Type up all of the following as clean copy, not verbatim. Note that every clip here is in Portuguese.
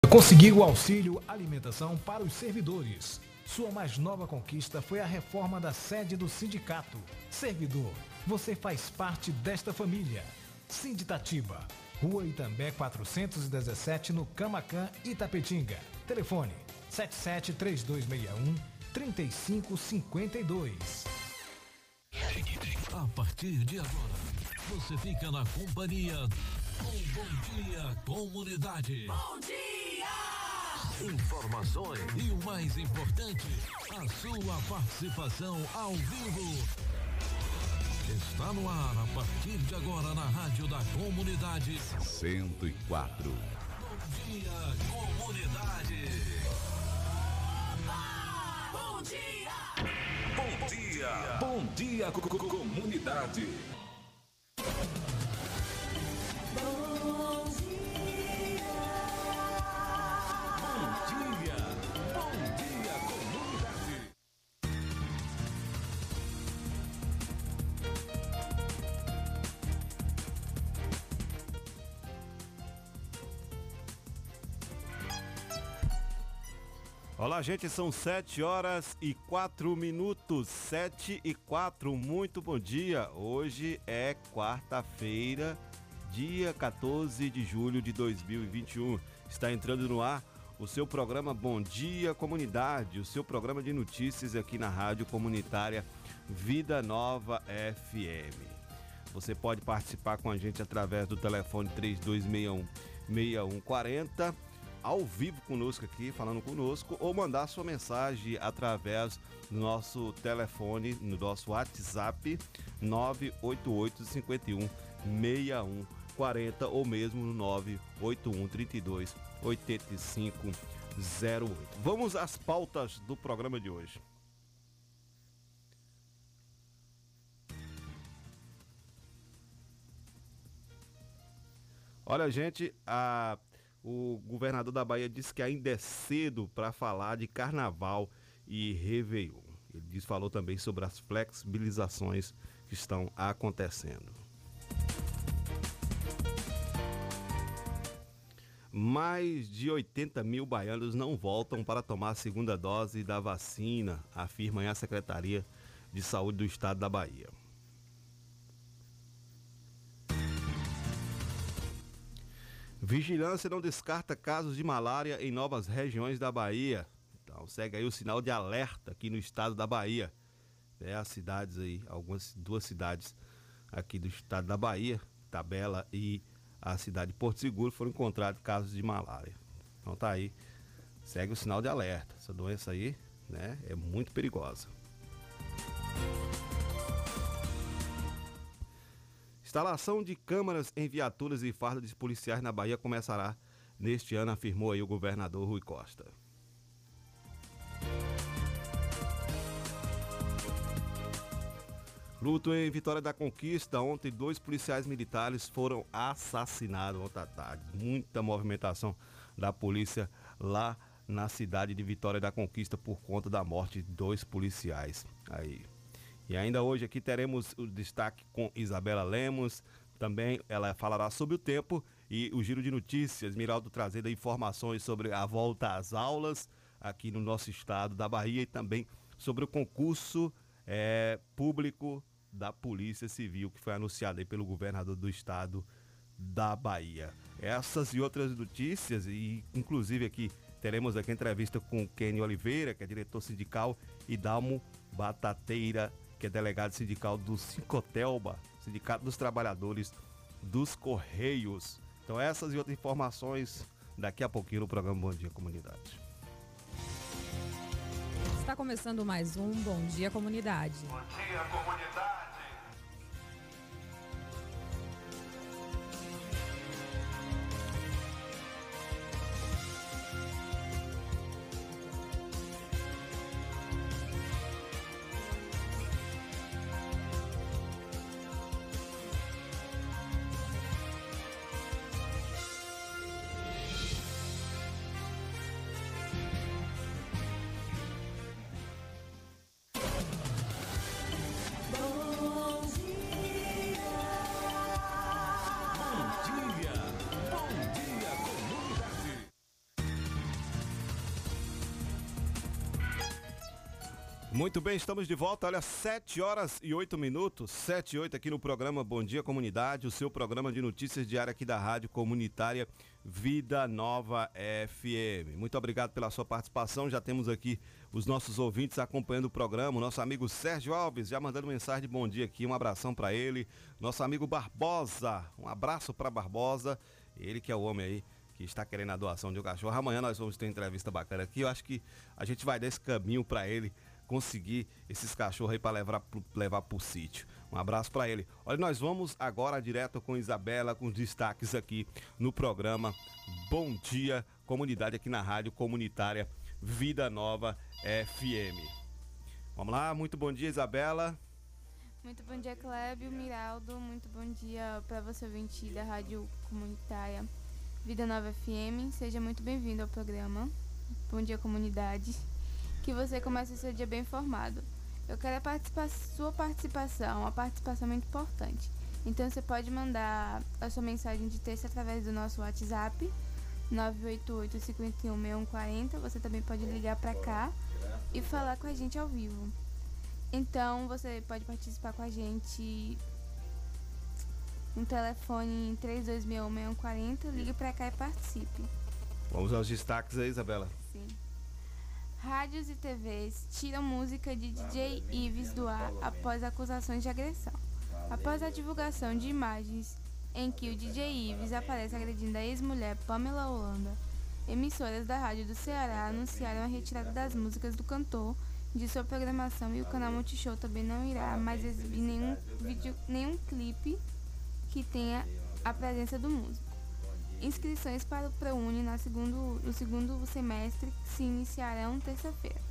Conseguiu o auxílio alimentação para os servidores. Sua mais nova conquista foi a reforma da sede do sindicato. Servidor, você faz parte desta família. Sinditatiba, Rua Itambé 417, no Camaquã, Itapetinga. Telefone 773261-3552. A partir de agora, você fica na companhia com Bom Dia Comunidade. Bom dia! Informações e o mais importante, a sua participação ao vivo. Está no ar a partir de agora na Rádio da Comunidade 104. Bom Dia Comunidade. Opa! Bom dia! Bom dia! Bom dia, comunidade! Olá, gente, são 7h04, 7h04, muito bom dia. Hoje é quarta-feira, dia 14 de julho de 2021. Está entrando no ar o seu programa Bom Dia Comunidade, o seu programa de notícias aqui na Rádio Comunitária Vida Nova FM. Você pode participar com a gente através do telefone 3261-6140, ao vivo conosco aqui, falando conosco, ou mandar sua mensagem através do nosso telefone, no nosso WhatsApp 988 51 6140 ou mesmo no 981 32 8508. Vamos às pautas do programa de hoje. Olha, gente, o governador da Bahia disse que ainda é cedo para falar de carnaval e Réveillon. Ele falou também sobre as flexibilizações que estão acontecendo. Mais de 80 mil baianos não voltam para tomar a segunda dose da vacina, afirma a Secretaria de Saúde do Estado da Bahia. Vigilância não descarta casos de malária em novas regiões da Bahia. Então segue aí o sinal de alerta aqui no estado da Bahia. As cidades aí, duas cidades aqui do estado da Bahia, Tabela e a cidade de Porto Seguro, foram encontrados casos de malária. Então tá aí, segue o sinal de alerta. Essa doença aí, né, é muito perigosa. Instalação de câmaras em viaturas e fardas de policiais na Bahia começará neste ano, afirmou aí o governador Rui Costa. Luto em Vitória da Conquista. Ontem, 2 policiais militares foram assassinados ontem à tarde. Muita movimentação da polícia lá na cidade de Vitória da Conquista por conta da morte de 2 policiais aí. E ainda hoje aqui teremos o destaque com Isabela Lemos. Também ela falará sobre o tempo e o giro de notícias. Miraldo trazendo informações sobre a volta às aulas aqui no nosso estado da Bahia e também sobre o concurso público da Polícia Civil que foi anunciado aí pelo governador do estado da Bahia. Essas e outras notícias, e inclusive aqui teremos aqui entrevista com Kenny Oliveira, que é diretor sindical, e Dalmo Batateira, que é delegado sindical do Sincotelba, Sindicato dos Trabalhadores dos Correios. Então essas e outras informações daqui a pouquinho no programa Bom Dia Comunidade. Está começando mais um Bom Dia Comunidade. Bom dia, comunidade! Bom Muito bem, estamos de volta. Olha, 7 horas e 8 minutos, 7 e 8 aqui no programa Bom Dia Comunidade, o seu programa de notícias diária aqui da Rádio Comunitária Vida Nova FM. Muito obrigado pela sua participação. Já temos aqui os nossos ouvintes acompanhando o programa. O nosso amigo Sérgio Alves já mandando mensagem de bom dia aqui. Um abração para ele. Nosso amigo Barbosa, um abraço para Barbosa. Ele que é o homem aí que está querendo a doação de um cachorro. Amanhã nós vamos ter uma entrevista bacana aqui. Eu acho que a gente vai dar esse caminho para ele conseguir esses cachorros aí para levar pro sítio. Um abraço para ele. Olha, nós vamos agora direto com Isabela, com os destaques aqui no programa Bom Dia Comunidade, aqui na Rádio Comunitária Vida Nova FM. Vamos lá, muito bom dia, Isabela. Muito bom dia, Clébio, Miraldo. Muito bom dia para você, ouvinte da Rádio Comunitária Vida Nova FM. Seja muito bem-vindo ao programa Bom Dia Comunidade. Que você comece o seu dia bem informado. Eu quero sua participação, uma participação muito importante. Então você pode mandar a sua mensagem de texto através do nosso WhatsApp, 988-516140. Você também pode ligar para cá e falar com a gente ao vivo. Então você pode participar com a gente no telefone 3261-6140. Ligue para cá e participe. Vamos aos destaques aí, Isabela. Sim. Rádios e TVs tiram música de DJ Ives do ar após acusações de agressão. Após a divulgação de imagens em que o DJ Ives aparece agredindo a ex-mulher Pamela Holanda, emissoras da Rádio do Ceará anunciaram a retirada das músicas do cantor de sua programação e o canal Multishow também não irá mais exibir nenhum clipe que tenha a presença do músico. Inscrições para o ProUni no segundo semestre se iniciaram terça-feira.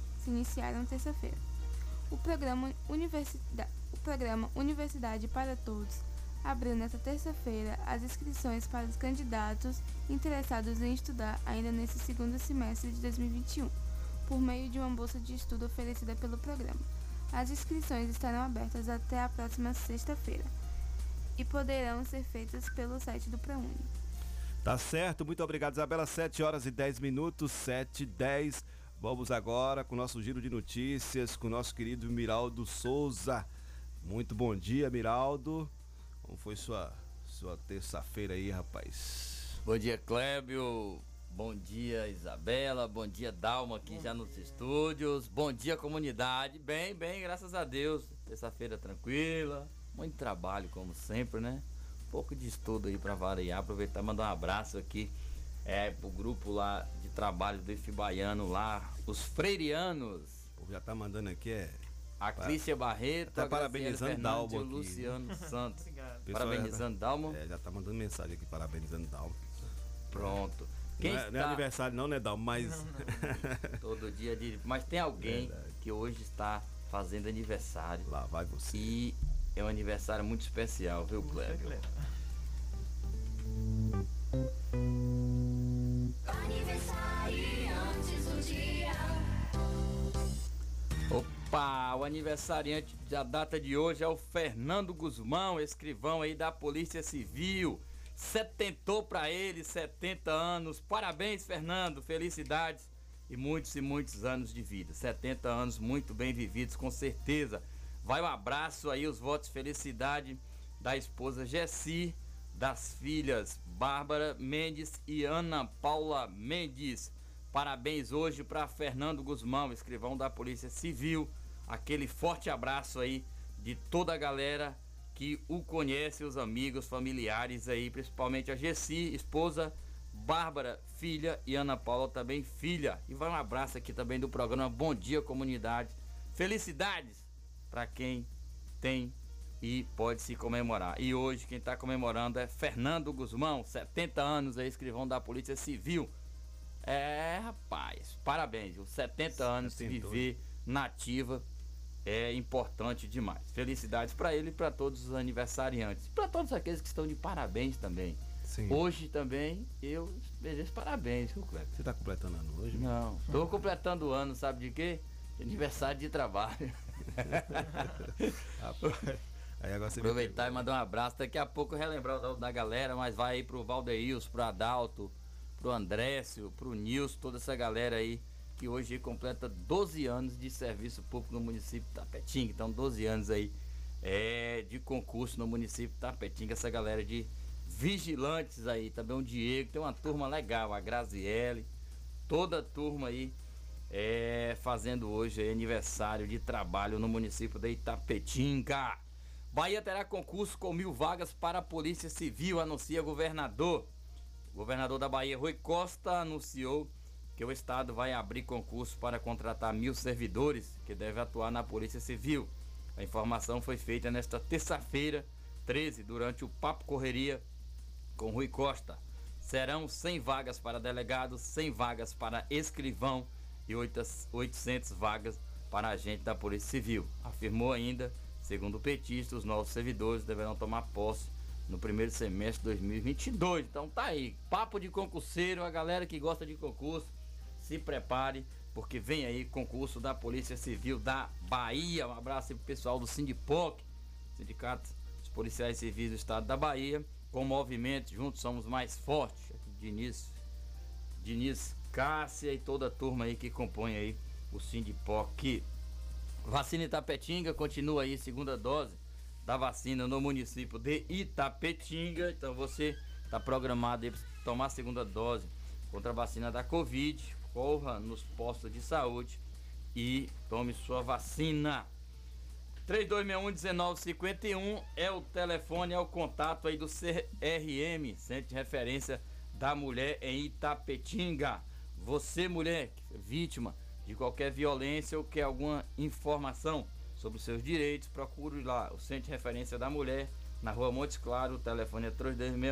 O programa Universidade para Todos abriu nesta terça-feira as inscrições para os candidatos interessados em estudar ainda nesse segundo semestre de 2021, por meio de uma bolsa de estudo oferecida pelo programa. As inscrições estarão abertas até a próxima sexta-feira e poderão ser feitas pelo site do ProUni. Tá certo, muito obrigado, Isabela. 7 horas e 10 minutos, 7h10. Vamos agora com o nosso giro de notícias, com o nosso querido Miraldo Souza. Muito bom dia, Miraldo. Como foi sua terça-feira aí, rapaz? Bom dia, Clébio. Bom dia, Isabela. Bom dia, Dalma, aqui já nos estúdios. Bom dia, comunidade. Bem, graças a Deus. Terça-feira tranquila. Muito trabalho, como sempre, né? Um pouco de estudo aí pra variar. Aproveitar e mandar um abraço aqui pro grupo lá de trabalho do Ifibaiano lá, os freirianos. O povo já tá mandando aqui, a Clícia Barreto, tá parabenizando Dalmo e o aqui. Luciano Santos. Parabenizando Dalmo. Já tá mandando mensagem aqui, parabenizando Dalmo. Pronto. Não é aniversário não, né, Dalmo? Mas... Todo dia mas tem alguém que hoje está fazendo aniversário. Lá vai você. E é um aniversário muito especial, viu, Clébio? Aniversariantes do dia. Opa, o aniversariante da data de hoje é o Fernando Guzmão, escrivão aí da Polícia Civil. Setentou pra ele, 70 anos. Parabéns, Fernando, felicidades e muitos anos de vida. 70 anos muito bem vividos, com certeza. Vai um abraço aí, os votos de felicidade da esposa Jessi, das filhas Bárbara Mendes e Ana Paula Mendes. Parabéns hoje para Fernando Guzmão, escrivão da Polícia Civil. Aquele forte abraço aí de toda a galera que o conhece, os amigos, familiares aí, principalmente a Jessi, esposa, Bárbara, filha, e Ana Paula também filha. E vai um abraço aqui também do programa Bom Dia Comunidade. Felicidades para quem tem e pode se comemorar. E hoje quem está comemorando é Fernando Guzmão, 70 anos aí, escrivão da Polícia Civil. Rapaz, parabéns, 70 anos de viver nativa é importante demais. Felicidades para ele e para todos os aniversariantes, para todos aqueles que estão de parabéns também. Sim. Hoje também eu mereço parabéns, viu, Cleber? Você tá completando ano hoje? Não, estou completando o ano, sabe de quê? Aniversário de trabalho. Aí agora você aproveitar e mandar um abraço. Daqui a pouco relembrar o nome da galera, mas vai aí pro Valdeils, pro Adalto, pro Andrécio, pro Nilson, toda essa galera aí que hoje completa 12 anos de serviço público no município de Itapetinga. Então, 12 anos aí de concurso no município de Itapetinga. Essa galera de vigilantes aí, também o Diego, tem uma turma legal, a Graziele, toda a turma aí fazendo hoje aí aniversário de trabalho no município de Itapetinga. Bahia terá concurso com 1.000 vagas para a Polícia Civil, anuncia governador. O governador da Bahia, Rui Costa, anunciou que o estado vai abrir concurso para contratar 1.000 servidores que devem atuar na Polícia Civil. A informação foi feita nesta terça-feira, 13, durante o Papo Correria com Rui Costa. Serão 100 vagas para delegados, 100 vagas para escrivão e 800 vagas para agente da Polícia Civil. Afirmou ainda, segundo o petista, os novos servidores deverão tomar posse no primeiro semestre de 2022. Então tá aí, papo de concurseiro, a galera que gosta de concurso, se prepare, porque vem aí concurso da Polícia Civil da Bahia. Um abraço aí pro pessoal do Sindipoc, Sindicato dos Policiais Civis do Estado da Bahia, com o movimento Juntos Somos Mais Fortes. Diniz, Cássia e toda a turma aí que compõe aí o Sindipoc. Vacina Itapetinga continua aí, segunda dose da vacina no município de Itapetinga. Então você está programado aí para tomar a segunda dose contra a vacina da Covid. Corra nos postos de saúde e tome sua vacina. 3261-1951 é o telefone, é o contato aí do CRM, Centro de Referência da Mulher em Itapetinga. Você, mulher, vítima de qualquer violência ou quer alguma informação sobre os seus direitos, procure lá o Centro de Referência da Mulher, na Rua Montes Claro. O telefone é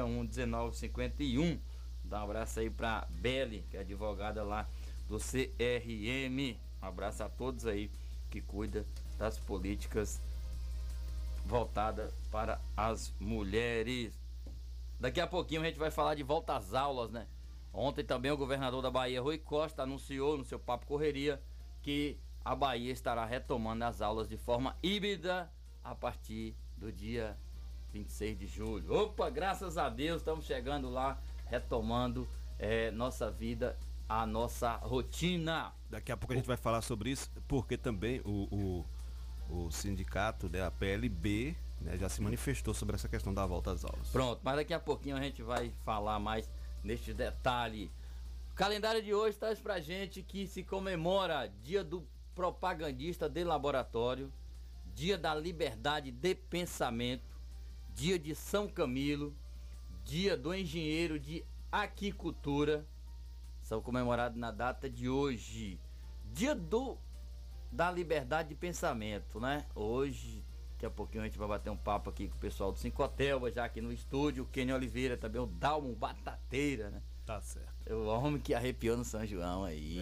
3261-1951. Dá um abraço aí pra Beli, que é advogada lá do CRM. Um abraço a todos aí que cuida das políticas voltadas para as mulheres. Daqui a pouquinho a gente vai falar de volta às aulas, né? Ontem também o governador da Bahia, Rui Costa, anunciou no seu Papo Correria que a Bahia estará retomando as aulas de forma híbrida a partir do dia 26 de julho. Opa, graças a Deus, estamos chegando lá, retomando nossa vida, a nossa rotina. Daqui a pouco a gente vai falar sobre isso, porque também o sindicato, né, a PLB, né, já se manifestou sobre essa questão da volta às aulas. Pronto, mas daqui a pouquinho a gente vai falar mais neste detalhe. O calendário de hoje traz pra gente que se comemora Dia do Propagandista de Laboratório, Dia da Liberdade de Pensamento, Dia de São Camilo, Dia do Engenheiro de Aquicultura, são comemorados na data de hoje. Dia da Liberdade de Pensamento, né? Hoje, daqui a pouquinho a gente vai bater um papo aqui com o pessoal do Cinco Hotel, já aqui no estúdio, o Kenny Oliveira, também o Dalmo Batateira, né? Tá certo. O homem que arrepiou no São João aí.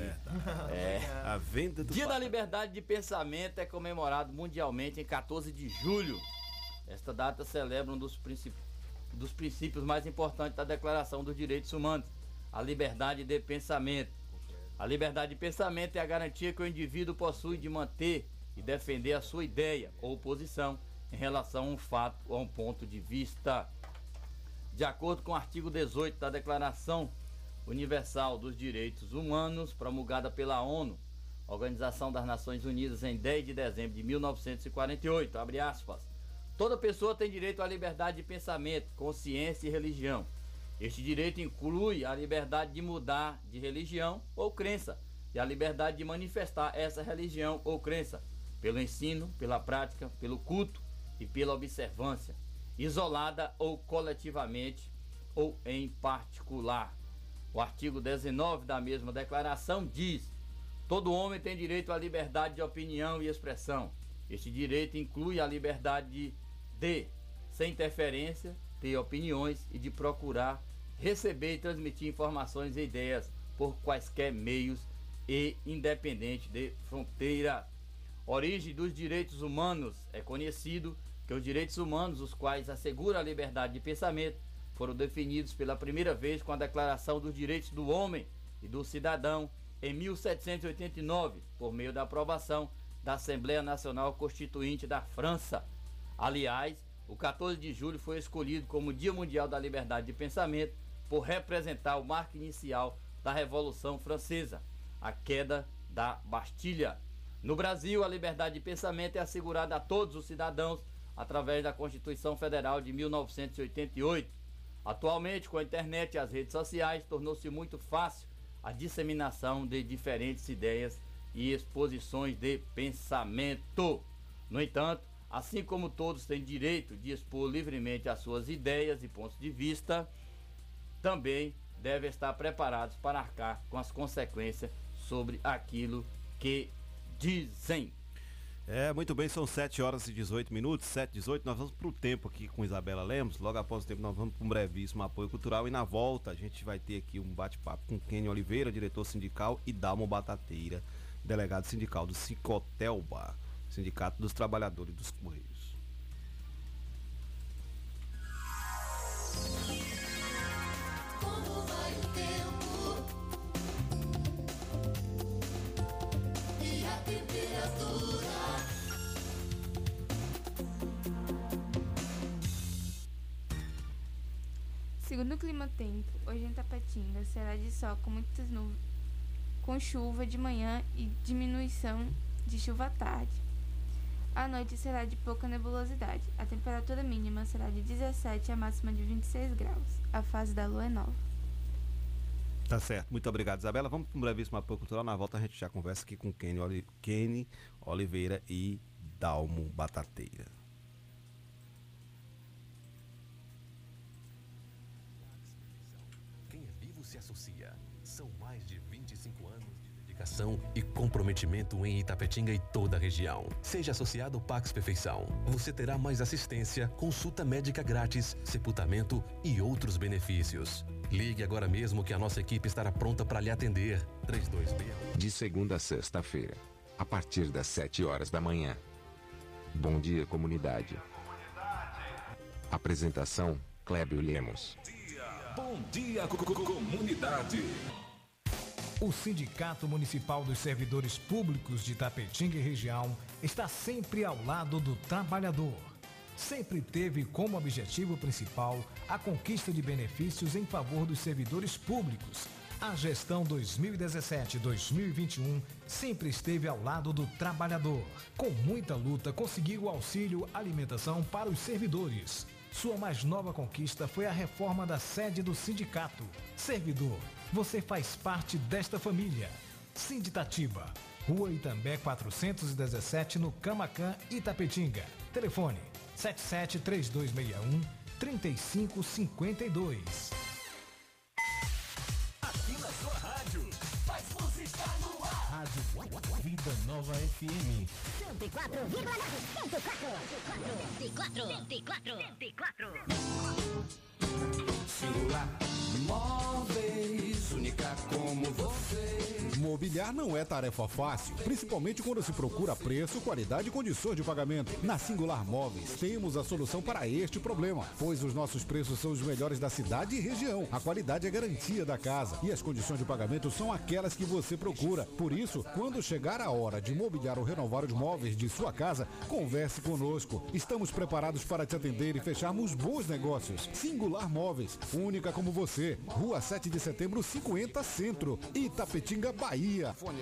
A venda do Dia da Liberdade de Pensamento é comemorado mundialmente em 14 de julho. Esta data celebra um dos princípios mais importantes da Declaração dos Direitos Humanos, a liberdade de pensamento. A liberdade de pensamento é a garantia que o indivíduo possui de manter e defender a sua ideia ou posição em relação a um fato ou a um ponto de vista. De acordo com o artigo 18 da Declaração Universal dos Direitos Humanos, promulgada pela ONU, Organização das Nações Unidas, em 10 de dezembro de 1948, abre aspas, toda pessoa tem direito à liberdade de pensamento, consciência e religião. Este direito inclui a liberdade de mudar de religião ou crença e a liberdade de manifestar essa religião ou crença pelo ensino, pela prática, pelo culto e pela observância, isolada ou coletivamente ou em particular. O artigo 19 da mesma declaração diz: todo homem tem direito à liberdade de opinião e expressão. Este direito inclui a liberdade de, sem interferência, ter opiniões e de procurar, receber e transmitir informações e ideias por quaisquer meios e independente de fronteira. Origem dos direitos humanos. É conhecido que os direitos humanos, os quais asseguram a liberdade de pensamento, foram definidos pela primeira vez com a Declaração dos Direitos do Homem e do Cidadão em 1789, por meio da aprovação da Assembleia Nacional Constituinte da França. Aliás, o 14 de julho foi escolhido como Dia Mundial da Liberdade de Pensamento por representar o marco inicial da Revolução Francesa, a queda da Bastilha. No Brasil, a liberdade de pensamento é assegurada a todos os cidadãos através da Constituição Federal de 1988. Atualmente, com a internet e as redes sociais, tornou-se muito fácil a disseminação de diferentes ideias e exposições de pensamento. No entanto, assim como todos têm direito de expor livremente as suas ideias e pontos de vista, também devem estar preparados para arcar com as consequências sobre aquilo que dizem. Muito bem, são 7 horas e 18 minutos, 7h18, nós vamos para o tempo aqui com Isabela Lemos. Logo após o tempo nós vamos para um brevíssimo apoio cultural e na volta a gente vai ter aqui um bate-papo com Kenny Oliveira, diretor sindical, e Dalmo Batateira, delegado sindical do Cicotelba, Sindicato dos Trabalhadores dos Correios. Como vai o tempo e a temperatura? Segundo o Climatempo, hoje em Tapetinga será de sol com muitas nuvens, com chuva de manhã e diminuição de chuva à tarde. À noite será de pouca nebulosidade. A temperatura mínima será de 17 e a máxima de 26 graus. A fase da lua é nova. Tá certo, muito obrigado, Isabela. Vamos para um brevíssimo apoio cultural. Na volta a gente já conversa aqui com Kenny Oliveira e Dalmo Batateira. Quem é vivo se associa. São mais de 25 anos de dedicação e comprometimento em Itapetinga e toda a região. Seja associado ao Pax Perfeição. Você terá mais assistência, consulta médica grátis, sepultamento e outros benefícios. Ligue agora mesmo que a nossa equipe estará pronta para lhe atender. 3261. De segunda a sexta-feira, a partir das 7 horas da manhã. Bom dia, comunidade. Apresentação, Clébio Lemos. Bom dia, comunidade. O Sindicato Municipal dos Servidores Públicos de Itapetinga e região está sempre ao lado do trabalhador. Sempre teve como objetivo principal a conquista de benefícios em favor dos servidores públicos. A gestão 2017-2021 sempre esteve ao lado do trabalhador. Com muita luta, conseguiu o auxílio alimentação para os servidores. Sua mais nova conquista foi a reforma da sede do sindicato. Servidor, você faz parte desta família. Sinditatiba, Rua Itambé 417, no Camacan, Itapetinga. Telefone 77-3261-3552. Aqui na sua rádio, faz música no ar. Rádio Vida Nova FM 104,4. Singular Móveis, única como você. Mobiliar não é tarefa fácil, principalmente quando se procura preço, qualidade e condições de pagamento. Na Singular Móveis temos a solução para este problema, pois os nossos preços são os melhores da cidade e região. A qualidade é garantia da casa e as condições de pagamento são aquelas que você procura. Por isso, quando chegar a hora de mobiliar ou renovar os móveis de sua casa, converse conosco. Estamos preparados para te atender e fecharmos bons negócios. Singular Móveis, única como você. Rua 7 de Setembro, 50 Centro, Itapetinga, Bahia. Fone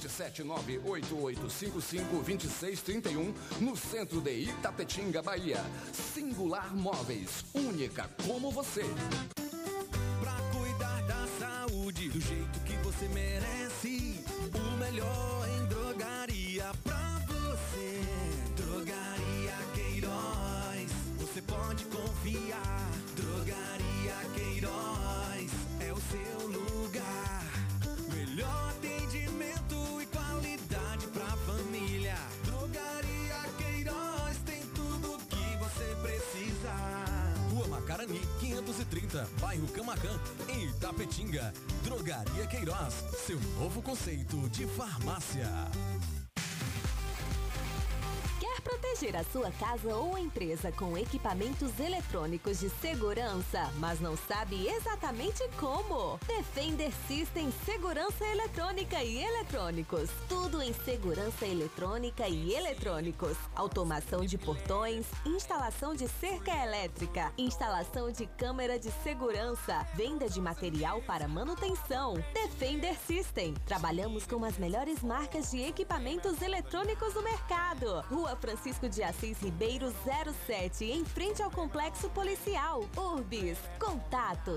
779-8855-2631, no centro de Itapetinga, Bahia. Singular Móveis, única como você. Pra cuidar da saúde do jeito que você merece, o melhor em drogaria pra você. Drogaria Queiroz, você pode confiar. Drogaria Queiroz é o seu lugar. Melhor atendimento e qualidade pra família. Drogaria Queiroz tem tudo que você precisa. Rua Macarani, 530, bairro Camacan, em Itapetinga. Drogaria Queiroz, seu novo conceito de farmácia. Quer proteger a sua casa ou empresa com equipamentos eletrônicos de segurança, mas não sabe exatamente como? Defender System Segurança Eletrônica e Eletrônicos. Tudo em segurança eletrônica e eletrônicos. Automação de portões, instalação de cerca elétrica, instalação de câmera de segurança, venda de material para manutenção. Defender System. Trabalhamos com as melhores marcas de equipamentos eletrônicos do mercado. Rua Francisco de Assis Ribeiro 07, em frente ao Complexo Policial. Urbis. Contato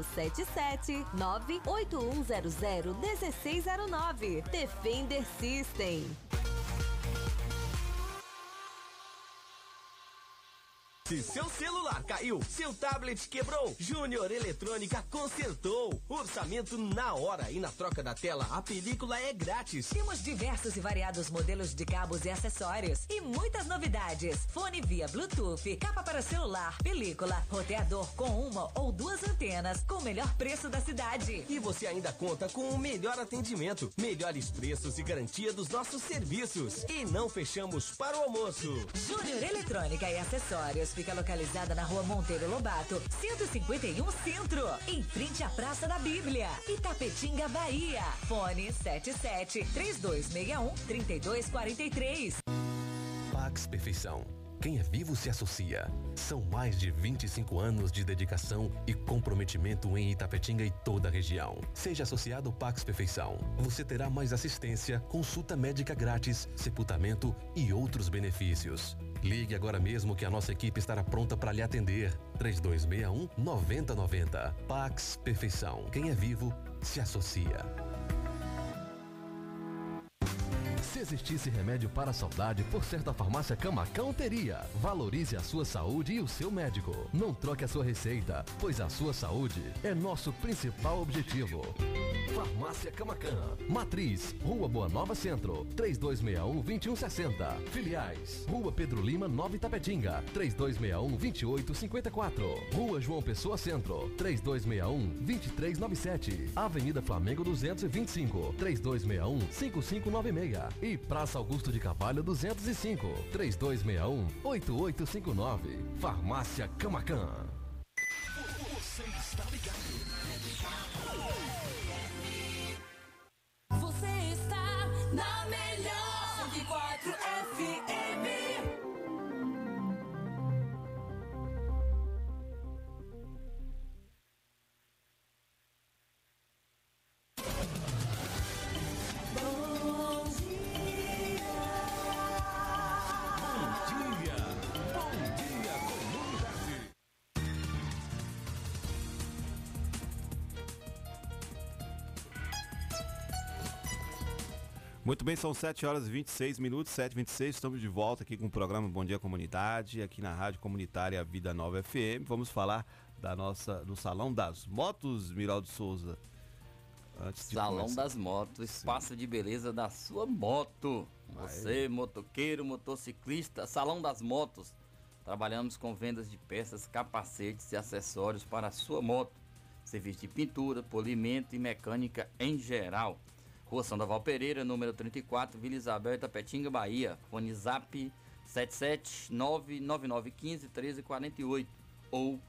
77981001609. Defender System. Se seu celular caiu, seu tablet quebrou, Júnior Eletrônica consertou. Orçamento na hora e na troca da tela, a película é grátis. Temos diversos e variados modelos de cabos e acessórios e muitas novidades. Fone via Bluetooth, capa para celular, película, roteador com uma ou duas antenas com o melhor preço da cidade. E você ainda conta com o melhor atendimento, melhores preços e garantia dos nossos serviços. E não fechamos para o almoço. Júnior Eletrônica e Acessórios fica localizada na Rua Monteiro Lobato, 151 Centro, em frente à Praça da Bíblia, Itapetinga, Bahia. Fone 77-3261-3243. Pax Perfeição. Quem é vivo se associa. São mais de 25 anos de dedicação e comprometimento em Itapetinga e toda a região. Seja associado ao Pax Perfeição. Você terá mais assistência, consulta médica grátis, sepultamento e outros benefícios. Ligue agora mesmo que a nossa equipe estará pronta para lhe atender. 3261-9090. Pax Perfeição. Quem é vivo se associa. Se existisse remédio para a saudade, por certa farmácia Camacão teria. Valorize a sua saúde e o seu médico. Não troque a sua receita, pois a sua saúde é nosso principal objetivo. Farmácia Camacã. Matriz, Rua Boa Nova Centro, 3261-2160. Filiais, Rua Pedro Lima, Nova Itapetinga, 3261-2854. Rua João Pessoa Centro, 3261-2397. Avenida Flamengo 225, 3261-5596. E Praça Augusto de Carvalho 205, 3261-8859. Farmácia Camacã. Você está ligado. Você está na melhor 104 FM. Muito bem, são 7 horas e 26 minutos, 7h26, estamos de volta aqui com o programa Bom Dia Comunidade, aqui na Rádio Comunitária Vida Nova FM. Vamos falar do Salão das Motos, Miraldo Souza. Salão das Motos, espaço de beleza da sua moto. Você, motoqueiro, motociclista, Salão das Motos. Trabalhamos com vendas de peças, capacetes e acessórios para a sua moto. Serviço de pintura, polimento e mecânica em geral. Rua Sandoval Pereira, número 34, Vila Isabel, Itapetinga, Bahia. Fone Zap 77999151348 ou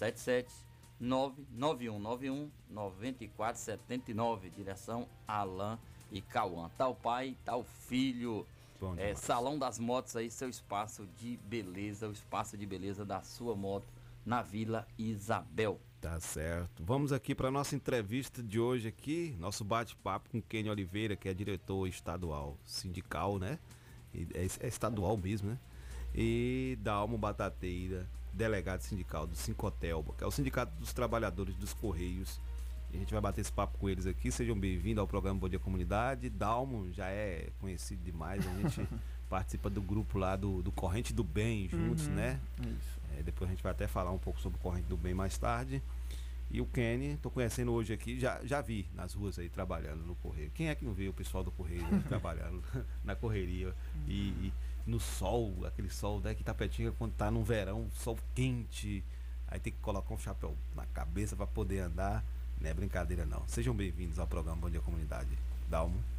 77991919479. Direção Alain e Cauã. Tal pai, tal filho. Salão das Motos aí, seu espaço de beleza, o espaço de beleza da sua moto na Vila Isabel. Tá certo. Vamos aqui para nossa entrevista de hoje aqui, nosso bate-papo com Kenny Oliveira, que é diretor estadual, sindical, né? É estadual mesmo, né? E Dalmo Batateira, delegado sindical do Sincotelba, que é o Sindicato dos Trabalhadores dos Correios. E a gente vai bater esse papo com eles aqui. Sejam bem-vindos ao programa Bom Dia Comunidade. Dalmo já é conhecido demais, a gente participa do grupo lá do Corrente do Bem juntos, né? Isso. Depois a gente vai até falar um pouco sobre o Corrente do Bem mais tarde. E o Kenny, tô conhecendo hoje aqui, já vi nas ruas aí trabalhando no Correio. Quem é que não vê o pessoal do Correio trabalhando na correria e no sol, aquele sol daqui Itapetinga, quando tá no verão, sol quente, aí tem que colocar um chapéu na cabeça para poder andar, não é brincadeira não. Sejam bem-vindos ao programa Bom Dia Comunidade. Dalmo.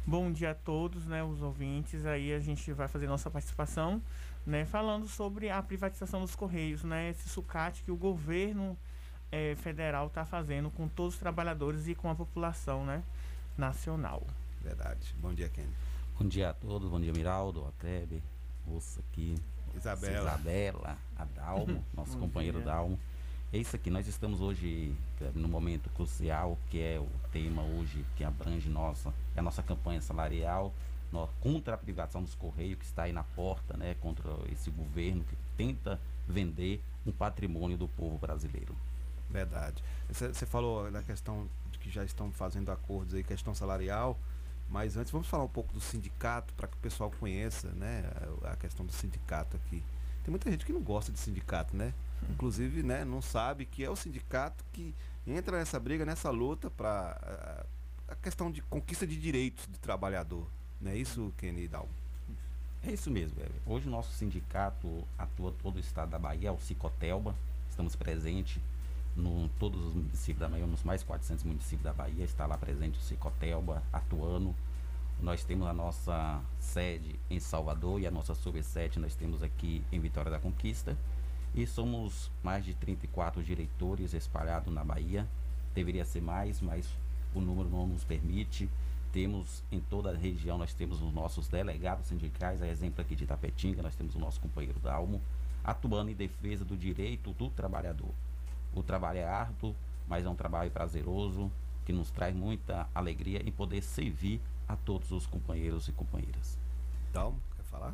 Bom dia a todos, né, os ouvintes. Aí a gente vai fazer nossa participação, né, falando sobre a privatização dos Correios, né, esse sucate que o governo federal está fazendo com todos os trabalhadores e com a população, né, nacional. Verdade. Bom dia, Kenny. Bom dia a todos, bom dia, Miraldo, a Tebe, moça aqui, Isabela, a Dalmo, nosso companheiro Dalmo. É isso aqui, nós estamos hoje no momento crucial, que é o tema hoje que abrange a nossa campanha salarial contra a privatização dos Correios, que está aí na porta, né, contra esse governo que tenta vender um patrimônio do povo brasileiro. Verdade. Você falou na questão de que já estão fazendo acordos aí, questão salarial, mas antes vamos falar um pouco do sindicato, para que o pessoal conheça, né, a questão do sindicato aqui. Tem muita gente que não gosta de sindicato, né? Inclusive, né, não sabe que é o sindicato que entra nessa briga, nessa luta para a questão de conquista de direitos do trabalhador. Não é isso, Kenny Dal? É isso mesmo, velho. Hoje o nosso sindicato atua todo o estado da Bahia, o Cicotelba. Estamos presentes em todos os municípios da Bahia, nos mais 400 municípios da Bahia. Está lá presente o Cicotelba atuando. Nós temos a nossa sede em Salvador e a nossa subsede nós temos aqui em Vitória da Conquista. E somos mais de 34 diretores espalhados na Bahia. Deveria ser mais, mas o número não nos permite. Temos em toda a região, nós temos os nossos delegados sindicais, a exemplo aqui de Itapetinga, nós temos o nosso companheiro Dalmo, atuando em defesa do direito do trabalhador. O trabalho é árduo, mas é um trabalho prazeroso, que nos traz muita alegria em poder servir a todos os companheiros e companheiras. Dalmo, quer falar?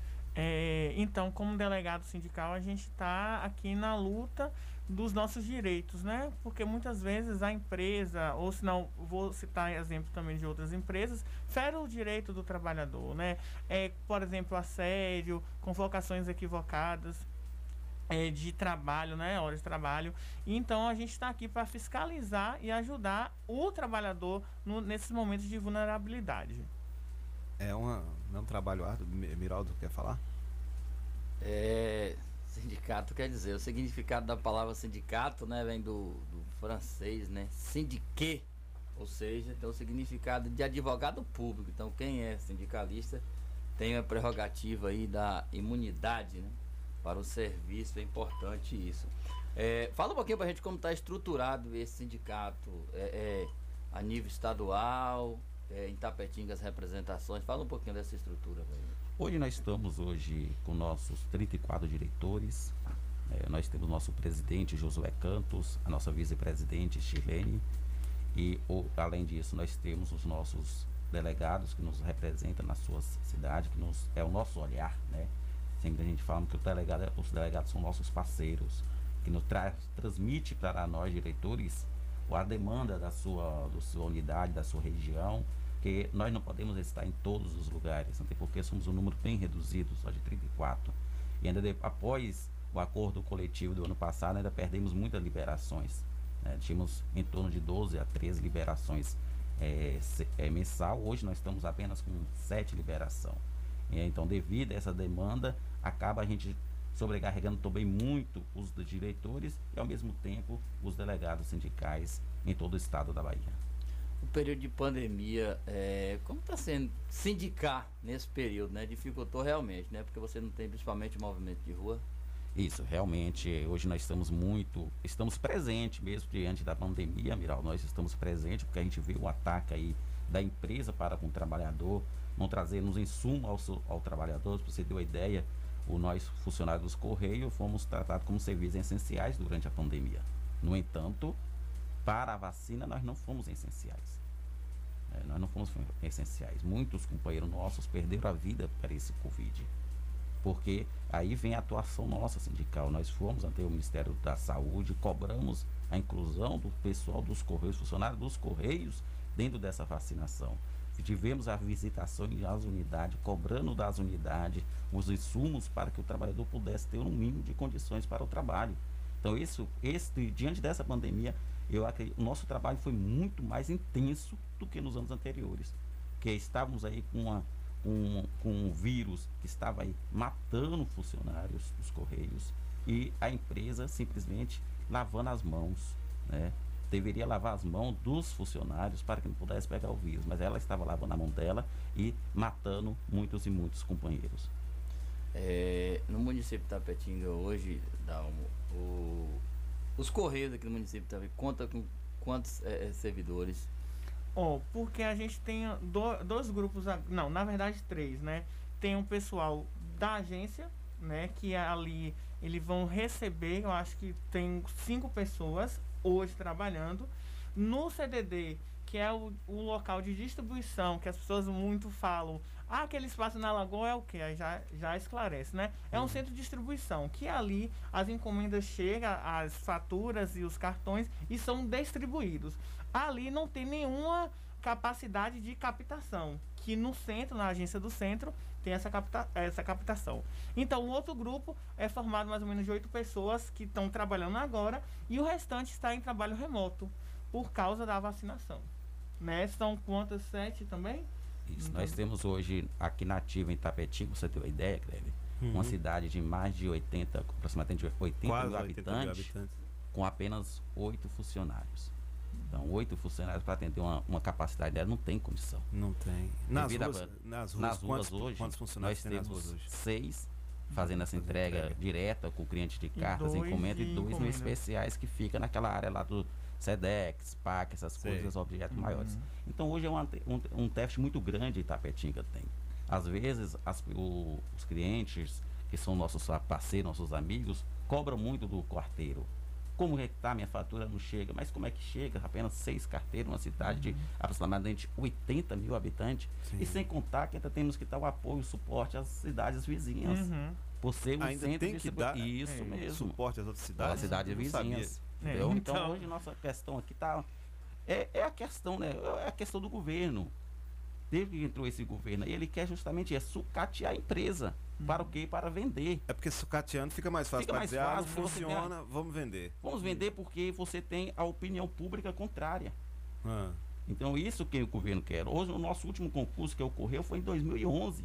Então, como delegado sindical, a gente está aqui na luta dos nossos direitos, né? Porque muitas vezes a empresa, ou se não, vou citar exemplo também de outras empresas, fere o direito do trabalhador, né? Por exemplo, assédio, convocações equivocadas de trabalho, né? Horas de trabalho. Então, a gente está aqui para fiscalizar e ajudar o trabalhador nesses momentos de vulnerabilidade. Não é um trabalho árduo. Miraldo, quer falar? Sindicato quer dizer, o significado da palavra sindicato, né, vem do francês, né, syndiqué, ou seja, tem o significado de advogado público. Então, quem é sindicalista tem a prerrogativa aí da imunidade, né, para o serviço. É importante isso. Fala um pouquinho pra gente como está estruturado esse sindicato a nível estadual, em Itapetinga as representações. Fala um pouquinho dessa estrutura, velho. Hoje nós estamos com nossos 34 diretores. Nós temos nosso presidente Josué Cantos, a nossa vice-presidente Chilene, e além disso nós temos os nossos delegados que nos representam na sua cidade, que é o nosso olhar, né? Sempre a gente fala que os delegados são nossos parceiros, que nos transmite para nós diretores a demanda da sua unidade, da sua região, que nós não podemos estar em todos os lugares, até porque somos um número bem reduzido, só de 34. E ainda após o acordo coletivo do ano passado, ainda perdemos muitas liberações. Né? Tínhamos em torno de 12 a 13 liberações mensal. Hoje nós estamos apenas com 7 liberações. Então, devido a essa demanda, acaba a gente sobrecarregando também muito os diretores e, ao mesmo tempo, os delegados sindicais em todo o estado da Bahia. O período de pandemia, como está sendo sindicar nesse período, né? Dificultou realmente, né? Porque você não tem principalmente movimento de rua. Isso, realmente, hoje nós estamos presentes mesmo diante da pandemia, Miral, nós estamos presentes porque a gente vê o ataque aí da empresa para com o trabalhador, não trazermos insumo ao trabalhador. Para você ter uma ideia, nós funcionários dos Correios fomos tratados como serviços essenciais durante a pandemia. No entanto, para a vacina nós não fomos essenciais. Nós não fomos essenciais. Muitos companheiros nossos perderam a vida para esse Covid. Porque aí vem a atuação nossa sindical. Nós fomos ante o Ministério da Saúde, cobramos a inclusão do pessoal dos Correios, funcionários dos Correios, dentro dessa vacinação. Tivemos a visitação às unidades, cobrando das unidades os insumos para que o trabalhador pudesse ter um mínimo de condições para o trabalho. Então, diante dessa pandemia, eu acredito, o nosso trabalho foi muito mais intenso do que nos anos anteriores, porque estávamos aí com um vírus que estava aí matando funcionários dos Correios e a empresa simplesmente lavando as mãos, né? deveria lavar as mãos dos funcionários para que não pudesse pegar o vírus, mas ela estava lavando a mão dela e matando muitos e muitos companheiros. No município de Itapetinga hoje, os Correios aqui no município de Itapetinga conta com quantos servidores? Porque a gente tem dois grupos, não, na verdade 3, né? Tem um pessoal da agência, né? Que ali eles vão receber, eu acho que tem 5 pessoas hoje trabalhando. No CDD, que é o local de distribuição, que as pessoas muito falam, aquele espaço na Lagoa é o quê? Aí já esclarece, né? É um centro de distribuição, que ali as encomendas chegam, as faturas e os cartões e são distribuídos. Ali não tem nenhuma capacidade de captação, que no centro, na agência do centro, tem essa captação. Então, o outro grupo é formado mais ou menos de 8 pessoas que estão trabalhando agora e o restante está em trabalho remoto, por causa da vacinação. Né? São quantas? 7 também? Isso, então, nós temos hoje aqui na ativa em Itapetinga, pra você ter uma ideia, Cleber, uma cidade de mais de 80, aproximadamente 80 mil habitantes, com apenas 8 funcionários. Então, 8 funcionários para atender uma capacidade dela não tem condição. Não tem. Nas ruas hoje, quantos funcionários nós temos 6 fazendo essa entrega direta com o cliente de cartas, encomenda, e 2 no especiais que fica naquela área lá do SEDEX, PAC, essas coisas, objetos maiores. Então, hoje é um teste muito grande Itapetinga tem. Às vezes, os clientes, que são nossos parceiros, nossos amigos, cobram muito do carteiro. Como é que tá? Minha fatura não chega. Mas como é que chega? Apenas 6 carteiros, uma cidade de aproximadamente 80 mil habitantes. Sim. E sem contar que ainda temos que dar o apoio, o suporte às cidades vizinhas. Por ser um ainda centro tem que dar isso mesmo. Suporte às outras cidades. Às cidades vizinhas. Então, hoje nossa questão aqui tá... É a questão, né? É a questão do governo. Desde que entrou esse governo, ele quer justamente sucatear a empresa. Para o quê? Para vender. É porque sucateando fica mais fácil para dizer, não funciona, vamos vender. Vamos vender porque você tem a opinião pública contrária. Então, isso que o governo quer. Hoje, o nosso último concurso que ocorreu foi em 2011.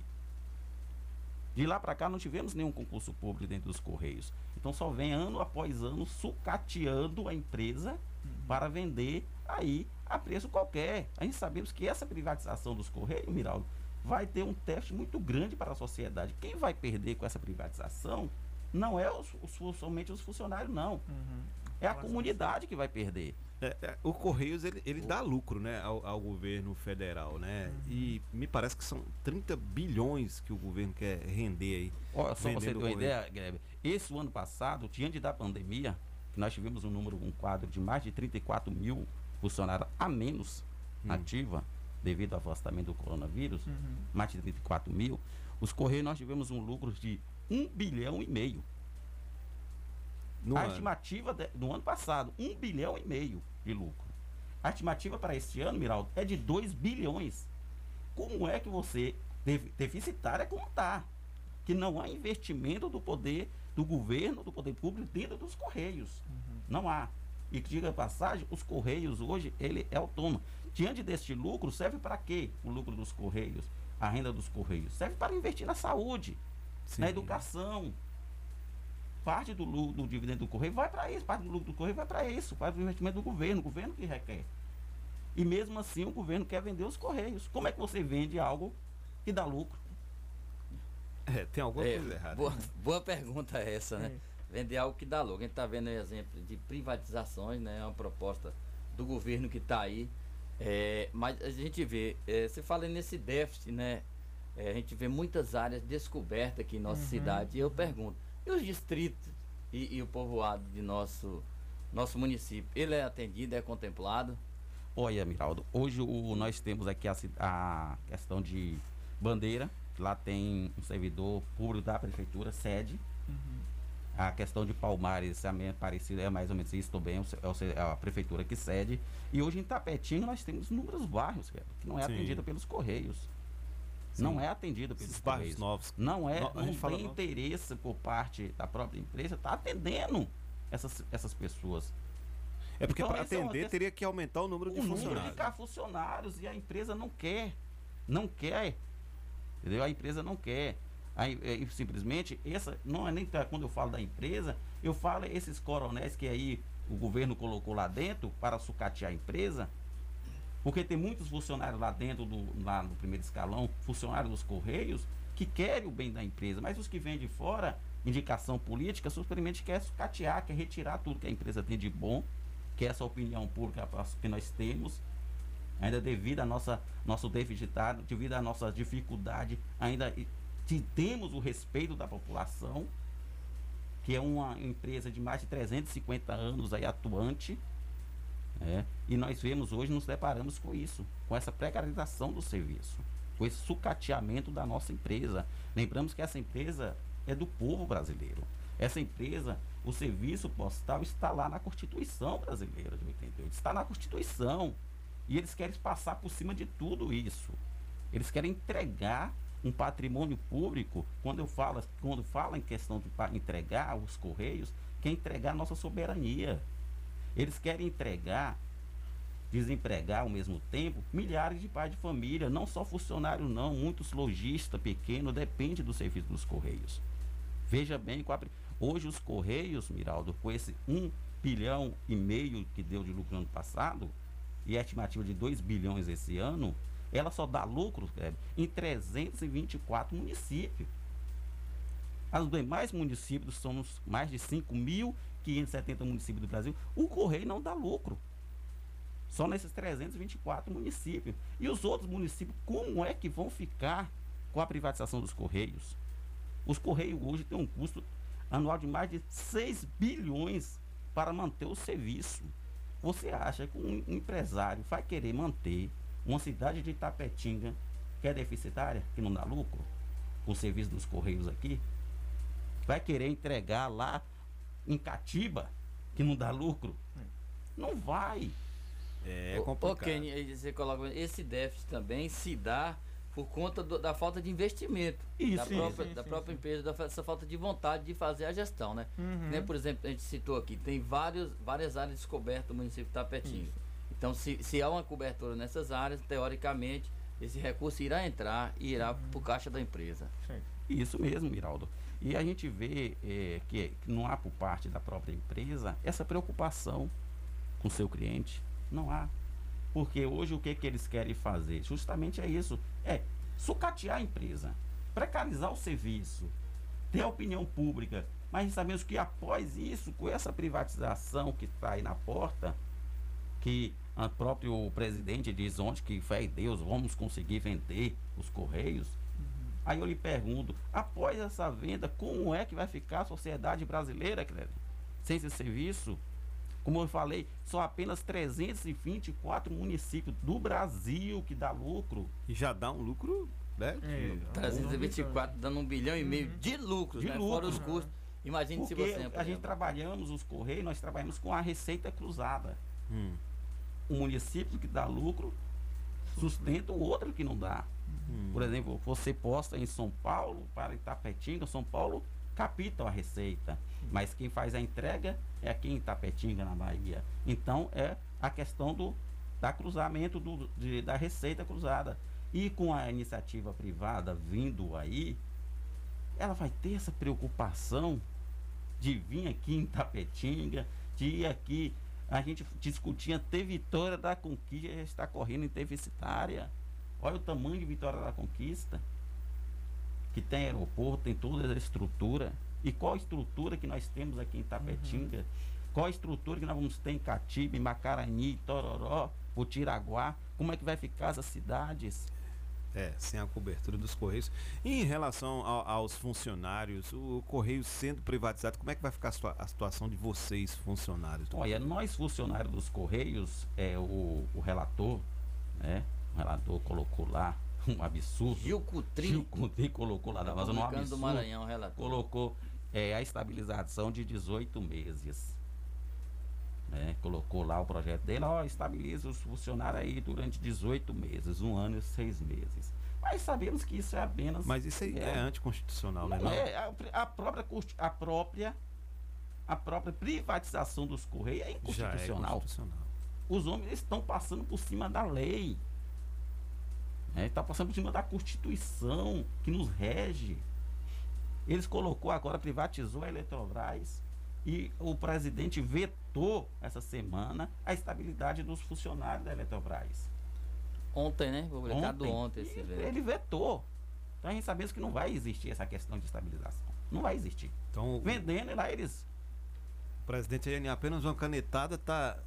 De lá para cá, não tivemos nenhum concurso público dentro dos Correios. Então, só vem ano após ano sucateando a empresa para vender aí a preço qualquer. A gente sabemos que essa privatização dos Correios, Miraldo, vai ter um teste muito grande para a sociedade. Quem vai perder com essa privatização não é somente os funcionários, não. É a comunidade que vai perder. O Correios, ele dá lucro, né, ao governo federal, né? E me parece que são 30 bilhões que o governo quer render aí. Olha, só você ter uma ideia, Grebe, esse ano passado, diante da pandemia, nós tivemos um quadro de mais de 34 mil funcionários a menos ativa, devido ao afastamento do coronavírus, mais de 34 mil, os Correios nós tivemos um lucro de 1,5 bilhão. A estimativa do ano passado, 1,5 bilhão de lucro. A estimativa para este ano, Miraldo, é de 2 bilhões. Como é que você, deficitária como está? Que não há investimento do poder, do governo, do poder público dentro dos Correios. Não há. E que diga a passagem, os Correios hoje, ele é autônomo. Diante deste lucro, serve para quê? O lucro dos Correios, a renda dos Correios, serve para investir na saúde, na educação. Parte do dividendo do Correio vai para isso, parte do lucro do Correio vai para isso, para o investimento do governo, o governo que requer. E mesmo assim o governo quer vender os Correios. Como é que você vende algo que dá lucro? Tem alguma coisa errada. Boa pergunta essa, né? Vender algo que dá lucro. A gente está vendo um exemplo de privatizações, né? É uma proposta do governo que está aí. Mas a gente vê, você fala nesse déficit, né? A gente vê muitas áreas descobertas aqui em nossa cidade. E eu pergunto, e os distritos e o povoado de nosso município, ele é atendido, é contemplado? Olha, Miraldo, hoje nós temos aqui a questão de Bandeira, lá tem um servidor público da prefeitura, sede. A questão de Palmares é parecido, é mais ou menos isso também, é a prefeitura que cede. E hoje em Itapetinga nós temos inúmeros bairros, que não é atendido pelos Correios. Não é atendido pelos Correios. Novos. Não tem interesse por parte da própria empresa estar atendendo essas pessoas. É porque para atender teria que aumentar o número de funcionários. Número de funcionários, e a empresa não quer. Não quer. Entendeu? A empresa não quer. Aí, simplesmente, essa não é nem quando eu falo da empresa, eu falo esses coronéis que aí o governo colocou lá dentro para sucatear a empresa, porque tem muitos funcionários lá dentro, lá no primeiro escalão, funcionários dos Correios, que querem o bem da empresa, mas os que vêm de fora, indicação política, simplesmente quer sucatear, quer retirar tudo que a empresa tem de bom, que é essa opinião pública que nós temos, ainda devido à nosso deficitário, devido à nossa dificuldade, ainda temos o respeito da população, que é uma empresa de mais de 350 anos aí atuante, e nós vemos hoje, nos deparamos com isso, com essa precarização do serviço, com esse sucateamento da nossa empresa. Lembramos que essa empresa é do povo brasileiro. Essa empresa, o serviço postal está lá na Constituição brasileira de 88, está na Constituição, e eles querem passar por cima de tudo isso. Eles querem entregar um patrimônio público. Quando fala em questão de entregar os Correios, quer entregar a nossa soberania. Eles querem desempregar ao mesmo tempo milhares de pais de família, não só funcionários não, muitos lojistas pequenos dependem do serviço dos Correios. Veja bem, hoje os Correios, Miraldo, com esse 1,5 bilhão que deu de lucro no ano passado, e a estimativa de 2 bilhões esse ano, ela só dá lucro em 324 municípios. Os demais municípios, somos mais de 5.570 municípios do Brasil, o Correio não dá lucro. Só nesses 324 municípios. E os outros municípios, como é que vão ficar com a privatização dos Correios? Os Correios hoje têm um custo anual de mais de 6 bilhões para manter o serviço. Você acha que um empresário vai querer manter uma cidade de Itapetinga, que é deficitária, que não dá lucro, com o serviço dos Correios aqui? Vai querer entregar lá em Catiba, que não dá lucro? Não vai. É complicado. Ok, você coloca, esse déficit também se dá por conta da falta de investimento da própria empresa, dessa falta de vontade de fazer a gestão, né? Né? Por exemplo, a gente citou aqui, tem várias áreas descobertas no município de Itapetinga. Então, se há uma cobertura nessas áreas, teoricamente, esse recurso irá entrar e irá para o caixa da empresa. Isso mesmo, Miraldo. E a gente vê que não há por parte da própria empresa essa preocupação com o seu cliente. Não há. Porque hoje o que eles querem fazer? Justamente é isso. É sucatear a empresa, precarizar o serviço, ter a opinião pública. Mas sabemos que após isso, com essa privatização que está aí na porta, que o próprio presidente diz ontem que fé em Deus, vamos conseguir vender os Correios. Aí eu lhe pergunto, após essa venda, como é que vai ficar a sociedade brasileira, Cléber? Sem esse serviço? Como eu falei, são apenas 324 municípios do Brasil que dá lucro. E já dá um lucro, né? 324 dando 1,5 bilhão de lucros, né? Fora os custos. Imagine se você... a gente trabalhamos, os Correios, nós trabalhamos com a receita cruzada. Um município que dá lucro sustenta o outro que não dá. Por exemplo, você posta em São Paulo para Itapetinga, São Paulo capta a receita, mas quem faz a entrega é aqui em Itapetinga, na Bahia. Então é a questão da cruzamento da receita cruzada. E com a iniciativa privada vindo aí, ela vai ter essa preocupação de vir aqui em Itapetinga, de ir aqui. A gente discutia ter Vitória da Conquista, já está correndo em deficitária. Olha o tamanho de Vitória da Conquista, que tem aeroporto, tem toda a estrutura. E qual a estrutura que nós temos aqui em Itapetinga? Qual a estrutura que nós vamos ter em Catiba, em Macarani, Tororó, Potiraguá? Como é que vai ficar essas cidades? Sem a cobertura dos Correios. E em relação aos funcionários, o Correio sendo privatizado, como é que vai ficar a situação de vocês, funcionários? Olha, nós funcionários dos Correios, o relator, né? O relator colocou lá um absurdo. Gil Cutrim colocou lá, mas um absurdo. Do Maranhão, relator. Colocou a estabilização de 18 meses. Colocou lá o projeto dele, estabiliza os funcionários aí durante 18 meses, 1 ano e 6 meses. Mas sabemos que isso é apenas... Mas isso aí é anticonstitucional, né? A própria privatização dos Correios é inconstitucional. Os homens estão passando por cima da lei. Está passando por cima da Constituição que nos rege. Eles colocou agora, privatizou a Eletrobras E o presidente vetou essa semana a estabilidade dos funcionários da Eletrobras. Ontem, né? Publicado ontem esse veto. Ele vetou. Então a gente sabemos que não vai existir essa questão de estabilização. Não vai existir. Então, vendendo e lá eles... O presidente aí, apenas uma canetada tá...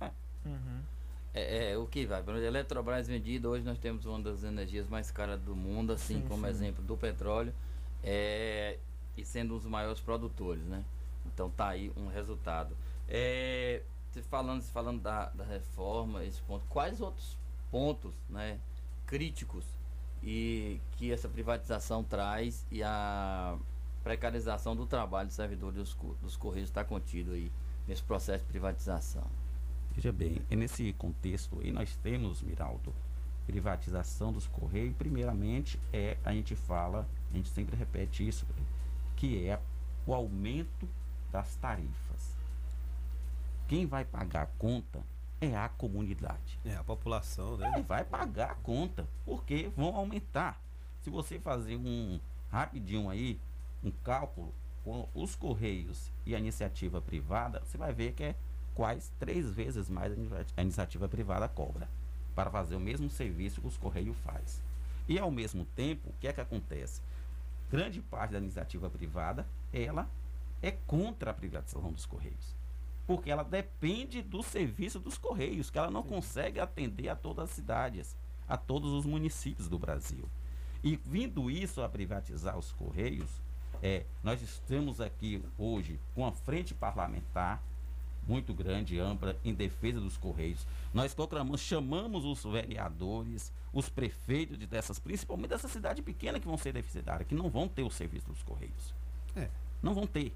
O que vai? Pelo Eletrobras vendida, hoje nós temos uma das energias mais caras do mundo, assim como exemplo do petróleo, e sendo um dos maiores produtores, né? Então tá aí um resultado. Falando da reforma, esse ponto, quais outros pontos, né, críticos e que essa privatização traz e a precarização do trabalho dos servidores dos Correios está contido aí nesse processo de privatização? Veja bem, nesse contexto aí nós temos, Miraldo, privatização dos Correios. Primeiramente a gente sempre repete isso, que é o aumento das tarifas. Quem vai pagar a conta é a comunidade. A população, né? Vai pagar a conta, porque vão aumentar. Se você fazer rapidinho aí, um cálculo com os Correios e a iniciativa privada, você vai ver que é quase 3 vezes mais a iniciativa privada cobra para fazer o mesmo serviço que os Correios faz. E ao mesmo tempo, o que é que acontece? Grande parte da iniciativa privada, ela é contra a privatização dos Correios, porque ela depende do serviço dos Correios, que ela não consegue atender a todas as cidades, a todos os municípios do Brasil. E vindo isso a privatizar os Correios, nós estamos aqui hoje com a frente parlamentar muito grande, ampla, em defesa dos Correios. Nós chamamos os vereadores, os prefeitos principalmente dessa cidade pequena que vão ser deficitárias, que não vão ter o serviço dos Correios. Não vão ter.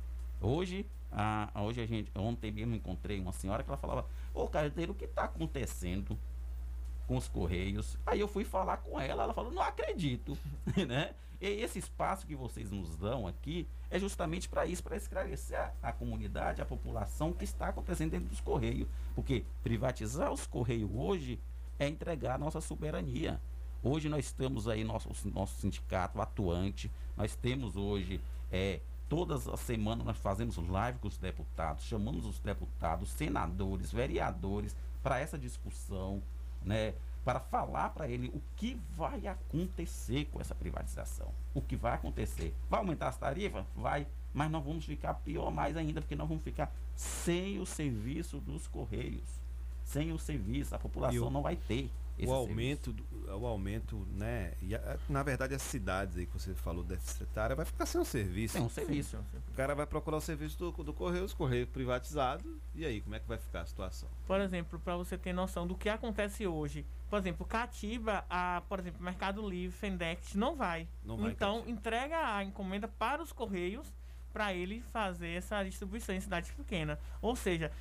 Ontem mesmo encontrei uma senhora que ela falava: ô Carteiro, o que está acontecendo com os Correios? Aí eu fui falar com ela falou: não acredito. Né? E esse espaço que vocês nos dão aqui é justamente para isso, para esclarecer a comunidade, a população, o que está acontecendo dentro dos Correios. Porque privatizar os Correios hoje é entregar a nossa soberania. Hoje nós estamos aí, nosso sindicato atuante, nós temos hoje, todas as semanas nós fazemos live com os deputados, chamamos os deputados, senadores, vereadores para essa discussão, né? Para falar para ele o que vai acontecer com essa privatização. O que vai acontecer? Vai aumentar as tarifas? Vai, mas nós vamos ficar pior mais ainda, porque nós vamos ficar sem o serviço dos Correios. Sem o serviço, a população não vai ter esse o aumento, né? E na verdade as cidades aí que você falou deficitária vai ficar sem o serviço. Sem um serviço. O cara vai procurar o serviço do Correio, os Correios privatizados, e aí, como é que vai ficar a situação? Por exemplo, para você ter noção do que acontece hoje, por exemplo, Catiba, por exemplo, Mercado Livre, Fendex, não vai. Então, entrega a encomenda para os Correios para ele fazer essa distribuição em cidade pequena. Ou seja,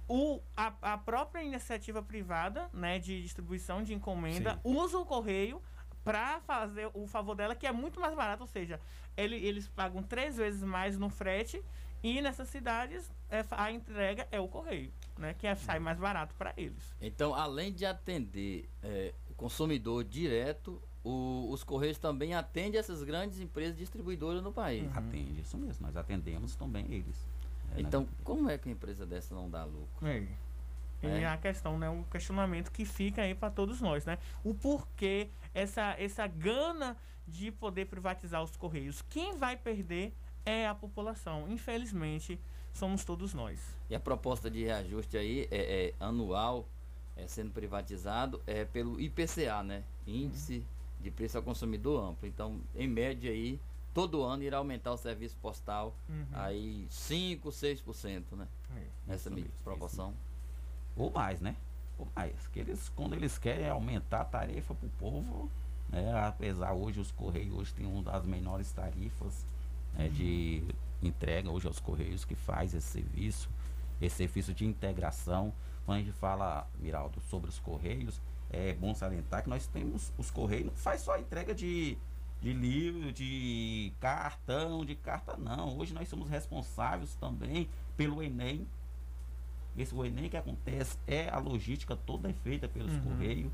a própria iniciativa privada, né, de distribuição de encomenda, usa o Correio para fazer o favor dela, que é muito mais barato. Ou seja, eles pagam 3 vezes mais no frete, e nessas cidades a entrega é o Correio, né, que sai mais barato para eles. Então, além de atender o consumidor direto, os Correios também atendem essas grandes empresas distribuidoras no país. Atende, isso mesmo, nós atendemos também eles. Então, como é que uma empresa dessa não dá lucro? E a questão, né, o questionamento que fica aí para todos nós, né? O porquê essa gana de poder privatizar os Correios. Quem vai perder é a população. Infelizmente, somos todos nós. E a proposta de reajuste aí é anual, sendo privatizado, pelo IPCA, né? Índice de Preço ao Consumidor Amplo. Então, em média aí, todo ano irá aumentar o serviço postal aí 5, 6%, né? Nessa proporção. Ou mais, né? Ou mais. Quando eles querem aumentar a tarifa para o povo, né? Apesar hoje os Correios hoje tem uma das menores tarifas de entrega hoje aos Correios, que faz esse serviço de integração. Quando a gente fala, Miraldo, sobre os Correios, é bom salientar que nós temos os Correios, não faz só a entrega de livro, de cartão, de carta, não. Hoje nós somos responsáveis também pelo Enem. O Enem que acontece a logística toda é feita pelos Correios.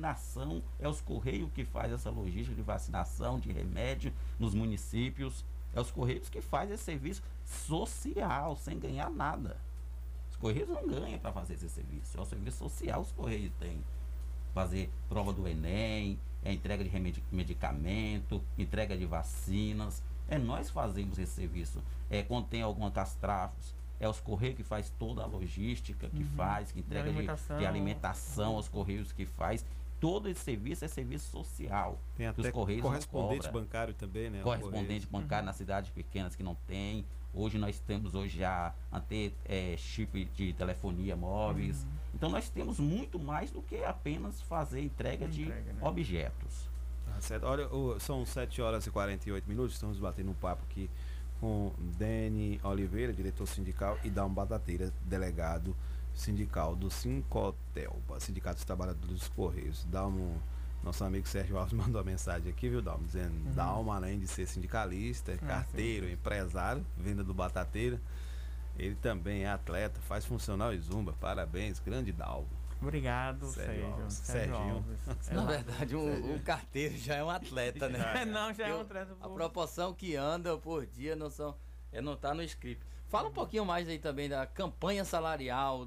Vacinação, os Correios que faz essa logística de vacinação, de remédio nos municípios. É os Correios que fazem esse serviço social, sem ganhar nada. Os Correios não ganham para fazer esse serviço. É o serviço social os Correios têm. Fazer prova do Enem, entrega de medicamento, entrega de vacinas. Nós fazemos esse serviço. Quando tem alguma castrafos, é os Correios que faz toda a logística, que faz, que entrega de alimentação, os Correios que faz. Todo esse serviço é serviço social. Tem até os Correios correspondente bancário também, né? Correspondente bancário nas cidades pequenas que não tem. Hoje nós temos já até chip de telefonia móveis. Então nós temos muito mais do que apenas fazer entrega de objetos. Certo. Olha, são 7h48, estamos batendo um papo aqui com Deni Oliveira, diretor sindical, e Dalmo Batateira, delegado sindical do Sincotel, Sindicato dos Trabalhadores dos Correios. Dalmo, nosso amigo Sérgio Alves mandou uma mensagem aqui, viu, Dalmo? Dizendo, Dalmo, além de ser sindicalista, carteiro, empresário, venda do Batateira, ele também é atleta, faz funcional e zumba. Parabéns, grande Dalmo. Obrigado, Serginho. Na verdade, um carteiro já é um atleta, né? Não, já é um atleta. A proporção que anda por dia não tá no script. Fala um pouquinho mais aí também da campanha salarial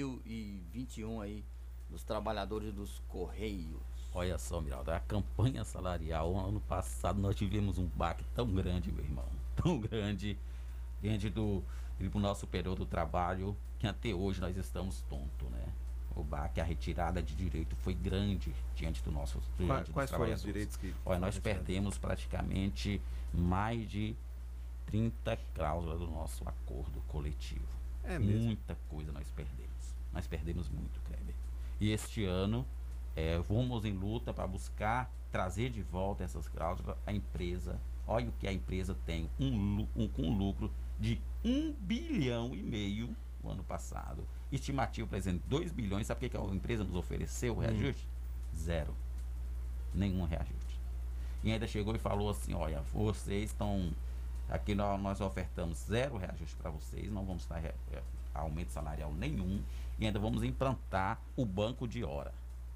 2021 aí dos trabalhadores dos Correios. Olha só, Miraldo, a campanha salarial, ano passado nós tivemos um baque tão grande, meu irmão, tão grande, diante do Tribunal Superior do Trabalho, que até hoje nós estamos tontos, né? O baque, a retirada de direito foi grande diante do nosso Quais foram os direitos que... Olha, nós perdemos praticamente mais de 30 cláusulas do nosso acordo coletivo. É mesmo? Muita coisa nós perdemos. Nós perdemos muito, Kleber. E este ano, vamos em luta para buscar trazer de volta essas cláusulas. A empresa, olha o que a empresa tem, com lucro de 1,5 bilhão no ano passado. Estimativa, por exemplo, 2 bilhões. Sabe o que a empresa nos ofereceu o reajuste? Zero. Nenhum reajuste. E ainda chegou e falou assim, olha, vocês estão... Aqui nós ofertamos 0 reajuste para vocês, não vamos dar aumento salarial nenhum, e ainda vamos implantar o banco de hora.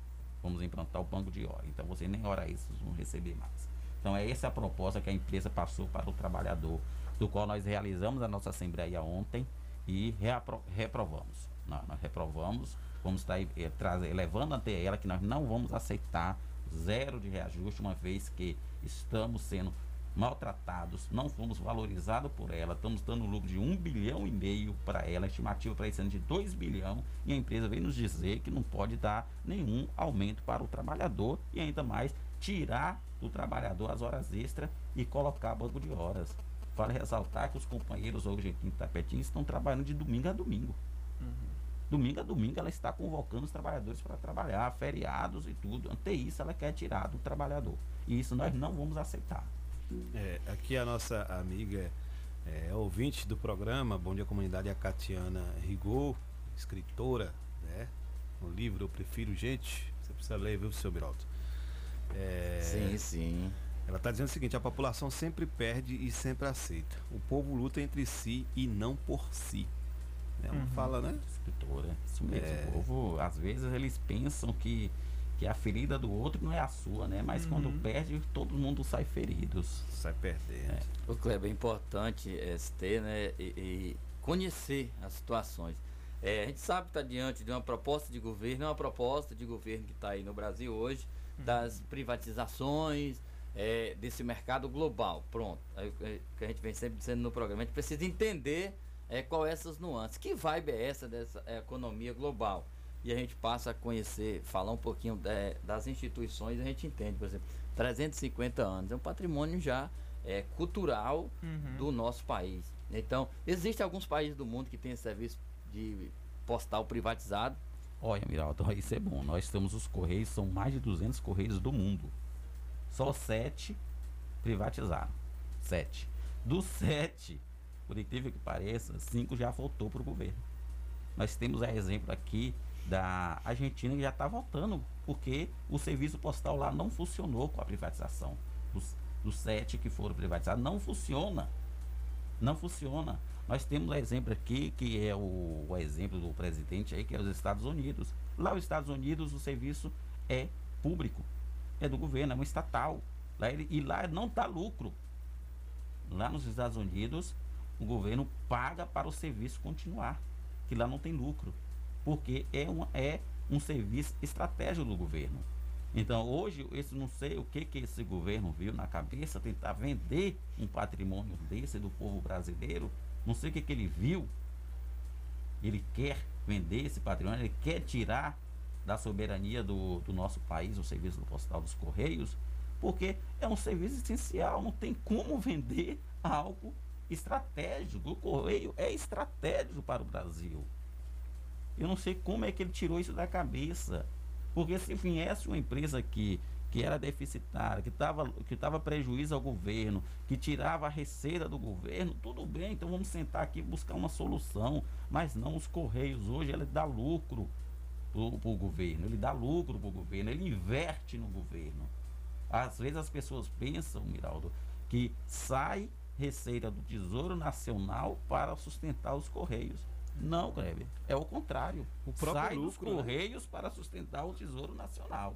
Então vocês nem hora extras vão receber mais. Então essa a proposta que a empresa passou para o trabalhador, do qual nós realizamos a nossa assembleia ontem e reprovamos. Nós reprovamos, vamos estar levando até ela que nós não vamos aceitar 0 de reajuste, uma vez que estamos sendo maltratados, não fomos valorizados por ela, estamos dando um lucro de 1,5 bilhão para ela, estimativa para esse ano de 2 bilhões, e a empresa vem nos dizer que não pode dar nenhum aumento para o trabalhador e ainda mais tirar do trabalhador as horas extras e colocar banco de horas. Vale ressaltar que os companheiros hoje aqui em Itapetinga estão trabalhando de domingo a domingo. Domingo a domingo ela está convocando os trabalhadores para trabalhar, feriados e tudo. Ante isso ela quer tirar do trabalhador. E isso nós não vamos aceitar. Aqui a nossa amiga ouvinte do programa Bom Dia Comunidade, a Catiana Rigol, escritora, né? O livro Eu Prefiro Gente, você precisa ler, viu, seu Miraldo? Sim. Ela está dizendo o seguinte: a população sempre perde e sempre aceita. O povo luta entre si e não por si. Ela fala, né? Escritora, isso mesmo. O povo, às vezes, eles pensam que a ferida do outro não é a sua, né? Mas quando perde, todo mundo sai ferido. Sai perdendo. O Kleber, é importante ter, né? E conhecer as situações. A gente sabe que está diante de uma proposta de governo, que está aí no Brasil hoje, das privatizações, desse mercado global. Pronto. Que a gente vem sempre dizendo no programa. A gente precisa entender qual essas nuances. Que vibe é essa dessa economia global? E a gente passa a conhecer, falar um pouquinho das instituições, a gente entende, por exemplo, 350 anos, é um patrimônio já cultural do nosso país. Então, existem alguns países do mundo que têm esse serviço de postal privatizado. Olha, Miraldo, isso é bom. Nós temos os Correios, são mais de 200 Correios do mundo. Só 7 privatizaram. 7. Dos 7, por incrível que pareça, 5 já voltou para o governo. Nós temos exemplo aqui da Argentina, que já está voltando, porque o serviço postal lá não funcionou com a privatização. Dos 7 que foram privatizados, não funciona. Nós temos um exemplo aqui, que é o exemplo do presidente aí, que é os Estados Unidos. Lá nos Estados Unidos o serviço é público, é do governo, é um estatal. Lá não está lucro. Lá nos Estados Unidos, o governo paga para o serviço continuar, que lá não tem lucro, porque é um serviço estratégico do governo. Então, hoje, não sei o que esse governo viu na cabeça, tentar vender um patrimônio desse do povo brasileiro, não sei o que ele viu. Ele quer vender esse patrimônio, ele quer tirar da soberania do nosso país o serviço do postal dos Correios, porque é um serviço essencial, não tem como vender algo estratégico. O Correio é estratégico para o Brasil. Eu não sei como é que ele tirou isso da cabeça, porque se viesse uma empresa que era deficitária, que tava prejuízo ao governo, que tirava a receita do governo, tudo bem, então vamos sentar aqui e buscar uma solução. Mas não, os Correios hoje, ele dá lucro para o governo, ele dá lucro para o governo, ele inverte no governo. Às vezes as pessoas pensam, Miraldo, que sai receita do Tesouro Nacional para sustentar os Correios. Não, Kleber, é o contrário. O próprio sai lucro, dos Correios, né, para sustentar o Tesouro Nacional.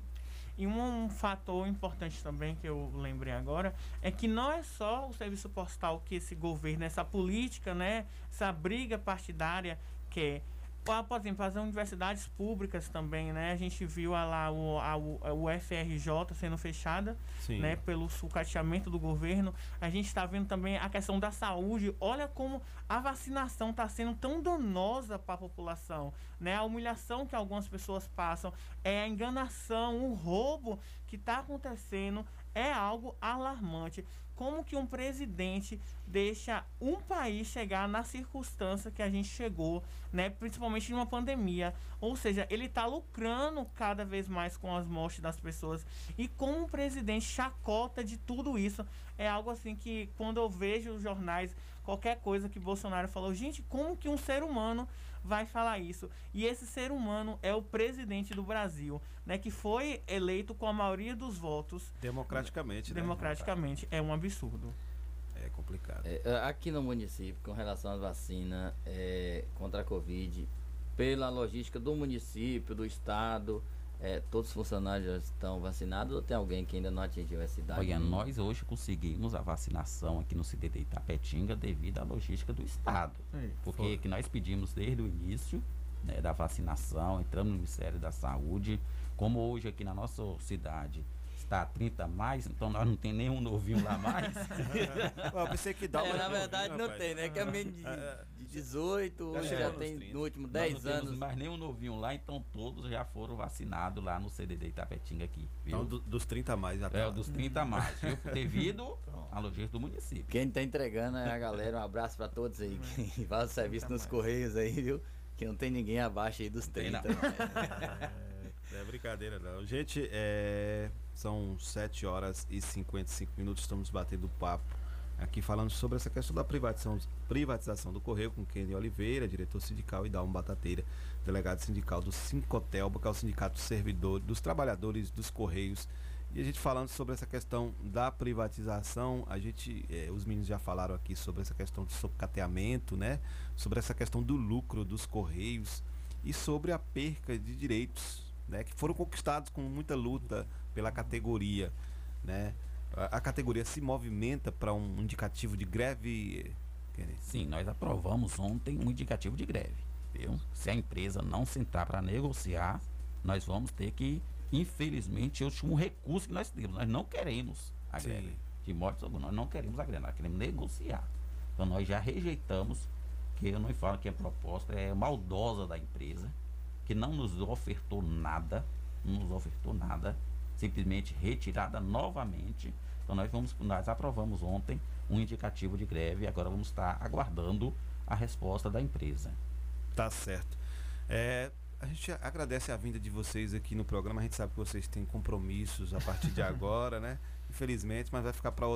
E um fator importante também que eu lembrei agora é que não é só o serviço postal que esse governo, essa política, né, essa briga partidária quer. Por exemplo, as universidades públicas também, né? A gente viu lá o FRJ sendo fechada, né, pelo sucateamento do governo. A gente está vendo também a questão da saúde. Olha como a vacinação está sendo tão danosa para a população, né? A humilhação que algumas pessoas passam, a enganação, o roubo que está acontecendo é algo alarmante. Como que um presidente deixa um país chegar na circunstância que a gente chegou, né? Principalmente numa pandemia. Ou seja, ele está lucrando cada vez mais com as mortes das pessoas. E como um presidente chacota de tudo isso, é algo assim que, quando eu vejo os jornais, qualquer coisa que Bolsonaro falou, gente, como que um ser humano vai falar isso? E esse ser humano é o presidente do Brasil, né, que foi eleito com a maioria dos votos democraticamente, né? Democraticamente. É um absurdo. É complicado. Aqui no município, com relação às vacinas contra a Covid, pela logística do município, do estado, todos os funcionários já estão vacinados ou tem alguém que ainda não atingiu essa idade? Olha, nós hoje conseguimos a vacinação aqui no CDD Itapetinga devido à logística do estado. Porque que nós pedimos desde o início, né, da vacinação, entramos no Ministério da Saúde. Como hoje aqui na nossa cidade está 30 mais, então nós não tem nenhum novinho lá mais. Eu pensei que dá na verdade não tem, né? Que é menos de 18, hoje já tem 30. No último 10 anos. Não temos mais nenhum novinho lá, então todos já foram vacinados lá no CDD Itapetinga aqui. Viu? Então dos 30 a mais já tá. Dos 30 a mais, viu? Devido à logística do município. Quem tá entregando é a galera, um abraço para todos aí que faz o serviço nos Correios aí, viu? Que não tem ninguém abaixo aí dos 30. Não é brincadeira não. Gente, são 7 horas e 55 minutos, estamos batendo papo aqui falando sobre essa questão da privatização do Correio com Kenny Oliveira, diretor sindical, e Dalmo Batateira, delegado sindical do Sincotelba, que é o sindicato dos trabalhadores dos Correios. E a gente falando sobre essa questão da privatização, os meninos já falaram aqui sobre essa questão do socateamento, né? Sobre essa questão do lucro dos Correios e sobre a perca de direitos, né, que foram conquistados com muita luta pela categoria, né? A categoria se movimenta para um indicativo de greve? Sim, nós aprovamos ontem um indicativo de greve, viu? Se a empresa não sentar para negociar, nós vamos ter que, infelizmente, é o último recurso que nós temos. Nós não queremos a greve. De modo algum, nós não queremos a greve, nós queremos negociar. Então nós já rejeitamos, que eu não falo que a proposta é maldosa da empresa, que não nos ofertou nada, simplesmente retirada novamente. Então nós aprovamos ontem um indicativo de greve e agora vamos estar aguardando a resposta da empresa. Tá certo. A gente agradece a vinda de vocês aqui no programa. A gente sabe que vocês têm compromissos a partir de agora, né? Infelizmente, mas vai ficar para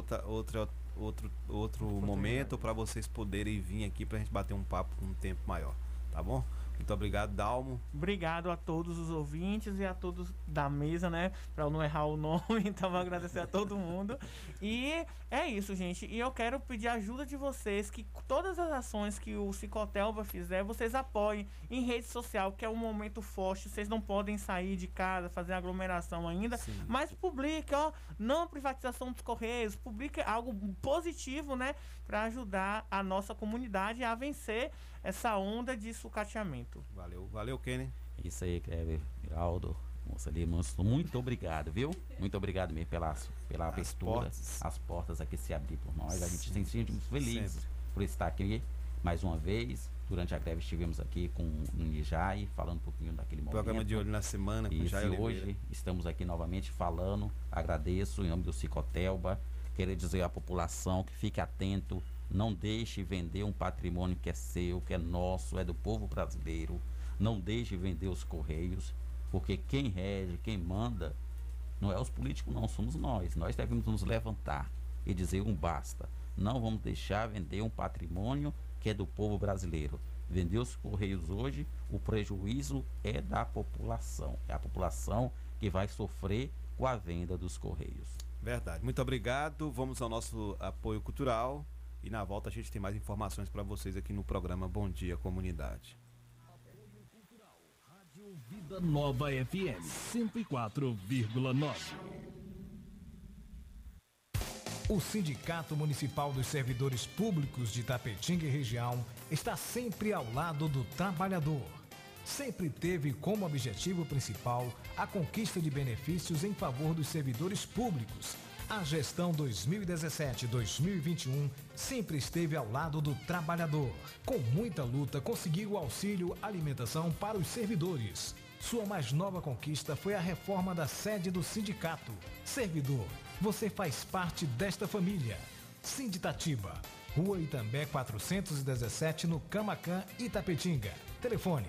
outro momento para vocês poderem vir aqui para a gente bater um papo com um tempo maior, tá bom? Muito obrigado, Dalmo. Obrigado a todos os ouvintes e a todos da mesa, né? Pra eu não errar o nome, então vou agradecer a todo mundo. E é isso, gente. E eu quero pedir a ajuda de vocês, que todas as ações que o Cicotelba fizer, vocês apoiem em rede social, que é um momento forte. Vocês não podem sair de casa, fazer aglomeração ainda, mas publique, ó, não privatização dos Correios, publique algo positivo, né? Pra ajudar a nossa comunidade a vencer essa onda de sucateamento. Valeu, Kenny. Isso aí, Kleber, Miraldo, moça ali, muito obrigado, viu? Muito obrigado mesmo pela abertura, as portas aqui se abrir por nós. A gente se sente muito feliz por estar aqui mais uma vez. Durante a greve estivemos aqui com o Nijai, falando um pouquinho daquele momento. Programa de Olho na Semana com o Jai Oliveira. Hoje estamos aqui novamente falando. Agradeço em nome do Cicotelba. Quero dizer à população que fique atento. Não deixe vender um patrimônio que é seu, que é nosso, é do povo brasileiro. Não deixe vender os Correios, porque quem rege, quem manda, não é os políticos não, somos nós. Nós devemos nos levantar e dizer um basta. Não vamos deixar vender um patrimônio que é do povo brasileiro. Vender os Correios hoje, o prejuízo é da população. É a população que vai sofrer com a venda dos Correios. Verdade. Muito obrigado. Vamos ao nosso apoio cultural. E na volta a gente tem mais informações para vocês aqui no programa Bom Dia Comunidade. Rádio Vida Nova FM 104,9. O Sindicato Municipal dos Servidores Públicos de Itapetinga e região está sempre ao lado do trabalhador. Sempre teve como objetivo principal a conquista de benefícios em favor dos servidores públicos. A gestão 2017-2021 sempre esteve ao lado do trabalhador. Com muita luta, conseguiu o auxílio alimentação para os servidores. Sua mais nova conquista foi a reforma da sede do sindicato. Servidor, você faz parte desta família. Sinditatiba, Rua Itambé 417, no Camacan, Itapetinga. Telefone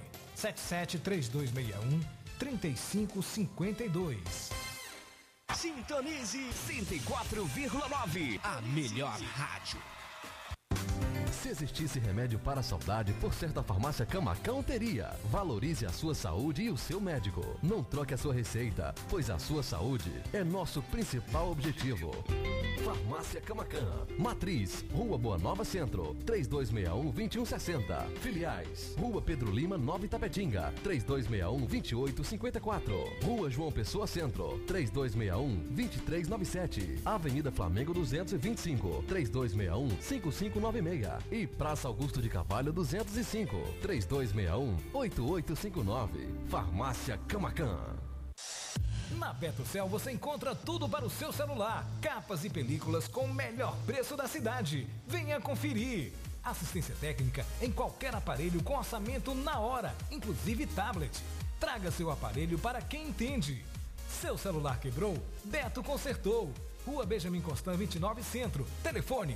77-3261-3552. Sintonize 104,9, a melhor rádio. Se existisse remédio para a saudade, por certa farmácia Camacão teria. Valorize a sua saúde e o seu médico. Não troque a sua receita, pois a sua saúde é nosso principal objetivo. Farmácia Camacã. Matriz, Rua Boa Nova Centro, 3261-2160. Filiais, Rua Pedro Lima, Nova Itapetinga, 3261-2854. Rua João Pessoa Centro, 3261-2397. Avenida Flamengo 225, 3261-5596. E Praça Augusto de Carvalho 205, 3261-8859. Farmácia Camacã. Na Betocel você encontra tudo para o seu celular. Capas e películas com o melhor preço da cidade. Venha conferir. Assistência técnica em qualquer aparelho com orçamento na hora, inclusive tablet. Traga seu aparelho para quem entende. Seu celular quebrou? Beto consertou. Rua Benjamin Constant 29 Centro. Telefone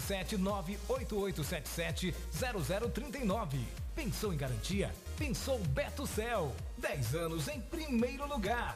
779-8877-0039. Pensou em garantia? Pensou Betocel. 10 anos em primeiro lugar.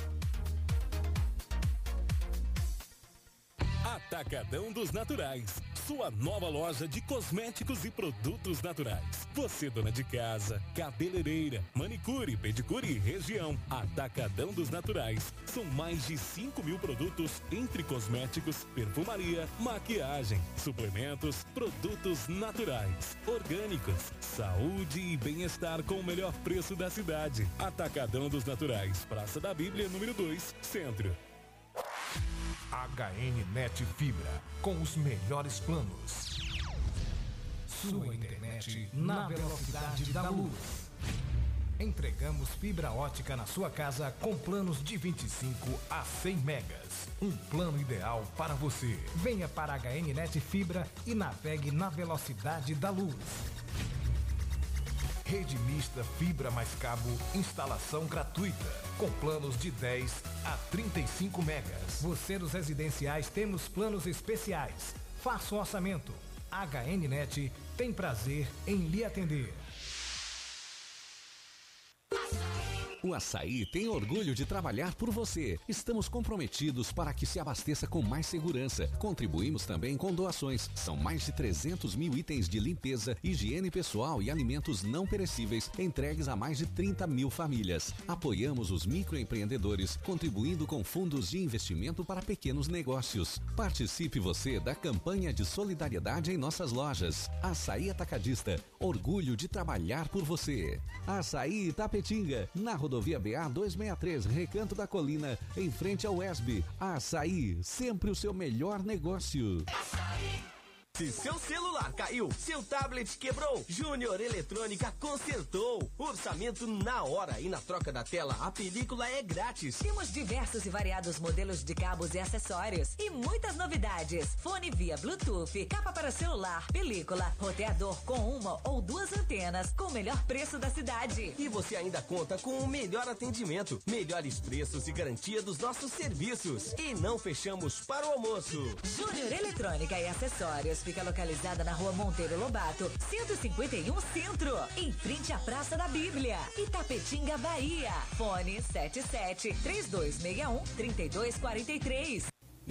Atacadão dos Naturais, sua nova loja de cosméticos e produtos naturais. Você, dona de casa, cabeleireira, manicure, pedicure e região. Atacadão dos Naturais. São mais de 5.000 produtos entre cosméticos, perfumaria, maquiagem, suplementos, produtos naturais, orgânicos, saúde e bem-estar com o melhor preço da cidade. Atacadão dos Naturais, Praça da Bíblia, número 2, Centro. HN Net Fibra, com os melhores planos. Sua internet na velocidade da luz. Entregamos fibra ótica na sua casa com planos de 25 a 100 megas. Um plano ideal para você. Venha para HN Net Fibra e navegue na velocidade da luz. Rede mista, fibra mais cabo, instalação gratuita, com planos de 10 a 35 megas. Você dos residenciais temos planos especiais. Faça um orçamento. HN Net tem prazer em lhe atender. O Açaí tem orgulho de trabalhar por você. Estamos comprometidos para que se abasteça com mais segurança. Contribuímos também com doações. São mais de 300 mil itens de limpeza, higiene pessoal e alimentos não perecíveis entregues a mais de 30 mil famílias. Apoiamos os microempreendedores, contribuindo com fundos de investimento para pequenos negócios. Participe você da campanha de solidariedade em nossas lojas. Açaí Atacadista, orgulho de trabalhar por você. Açaí Itapetinga, na rodovia BA 263, Recanto da Colina, em frente ao ESB. Açaí, sempre o seu melhor negócio. Se seu celular caiu, seu tablet quebrou, Júnior Eletrônica consertou. Orçamento na hora e na troca da tela, a película é grátis. Temos diversos e variados modelos de cabos e acessórios e muitas novidades. Fone via Bluetooth, capa para celular, película, roteador com uma ou duas antenas, com o melhor preço da cidade. E você ainda conta com o melhor atendimento, melhores preços e garantia dos nossos serviços. E não fechamos para o almoço. Júnior Eletrônica e Acessórios fica localizada na Rua Monteiro Lobato, 151 Centro, em frente à Praça da Bíblia, Itapetinga, Bahia. Fone 77-3261-3243.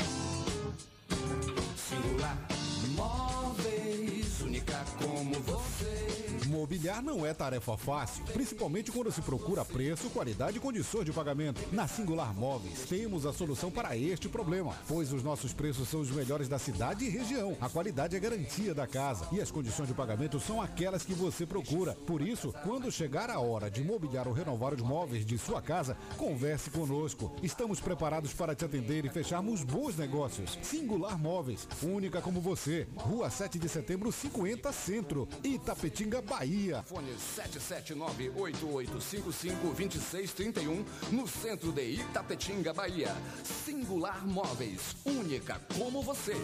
Singular Móveis, única como você. Mobiliar não é tarefa fácil, principalmente quando se procura preço, qualidade e condições de pagamento. Na Singular Móveis, temos a solução para este problema, pois os nossos preços são os melhores da cidade e região. A qualidade é garantia da casa e as condições de pagamento são aquelas que você procura. Por isso, quando chegar a hora de mobiliar ou renovar os móveis de sua casa, converse conosco. Estamos preparados para te atender e fecharmos bons negócios. Singular Móveis, única como você. Rua 7 de Setembro, 50 Centro, Itapetinga, Bahia. Fone 779-8855-2631, no centro de Itapetinga, Bahia. Singular Móveis, única como você.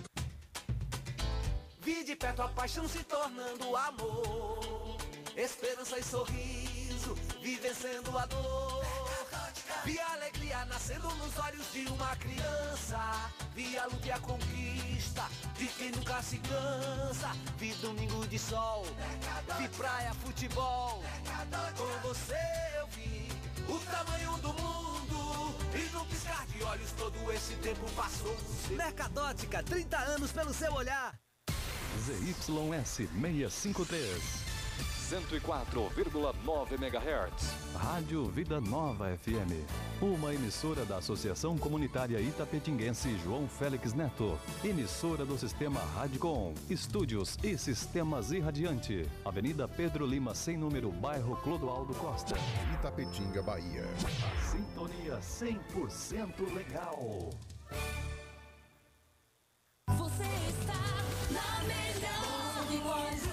Vi de perto a paixão se tornando amor, esperança e sorriso, vi vencendo a dor. Vi a alegria nascendo nos olhos de uma criança, vi a luta e a conquista de quem nunca se cansa. Vi domingo de sol, vi praia, futebol. Com você eu vi o tamanho do mundo e num piscar de olhos todo esse tempo passou. Mercadótica, 30 anos pelo seu olhar. ZYS 653. 104,9 MHz. Rádio Vida Nova FM. Uma emissora da Associação Comunitária Itapetinguense João Félix Neto. Emissora do Sistema Radicom. Estúdios e Sistemas Irradiante. Avenida Pedro Lima, sem número, bairro Clodoaldo Costa. Itapetinga, Bahia. A sintonia 100% legal. Você está na melhor de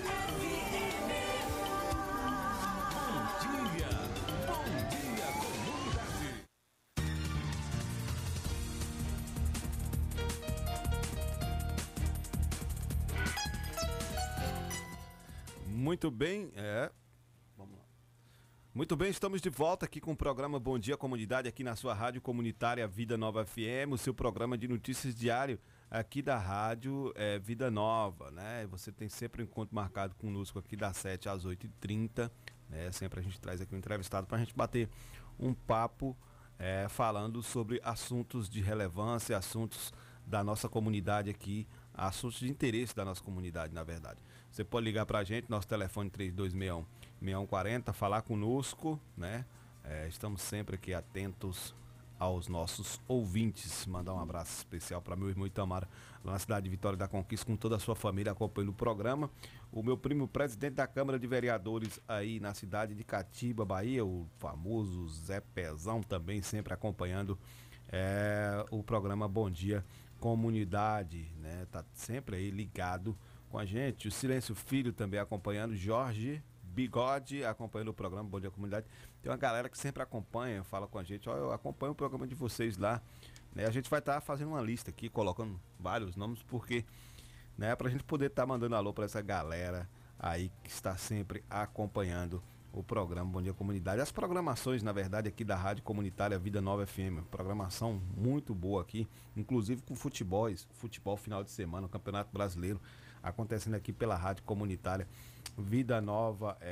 Muito bem, vamos lá. Muito bem, estamos de volta aqui com o programa Bom Dia Comunidade, aqui na sua rádio comunitária Vida Nova FM, o seu programa de notícias diário aqui da rádio Vida Nova, né? Você tem sempre um encontro marcado conosco aqui das 7 às 8h30, né? Sempre a gente traz aqui um entrevistado para a gente bater um papo falando sobre assuntos de relevância, assuntos da nossa comunidade aqui, assuntos de interesse da nossa comunidade, na verdade. Você pode ligar para a gente, nosso telefone 3261-6140, falar conosco, né? Estamos sempre aqui atentos aos nossos ouvintes. Mandar um abraço especial para meu irmão Itamar, lá na cidade de Vitória da Conquista, com toda a sua família acompanhando o programa. O meu primo, presidente da Câmara de Vereadores aí na cidade de Catiba, Bahia, o famoso Zé Pezão, também sempre acompanhando o programa Bom Dia Comunidade, né? Tá sempre aí ligado com a gente. O Silêncio Filho também acompanhando, Jorge Bigode acompanhando o programa Bom Dia Comunidade. Tem uma galera que sempre acompanha, fala com a gente, eu acompanho o programa de vocês lá, né? A gente vai estar fazendo uma lista aqui, colocando vários nomes, porque, né, pra gente poder estar mandando alô para essa galera aí que está sempre acompanhando o programa Bom Dia Comunidade. As programações, na verdade, aqui da Rádio Comunitária Vida Nova FM, programação muito boa aqui, inclusive com futebol final de semana, o Campeonato Brasileiro, acontecendo aqui pela Rádio Comunitária Vida Nova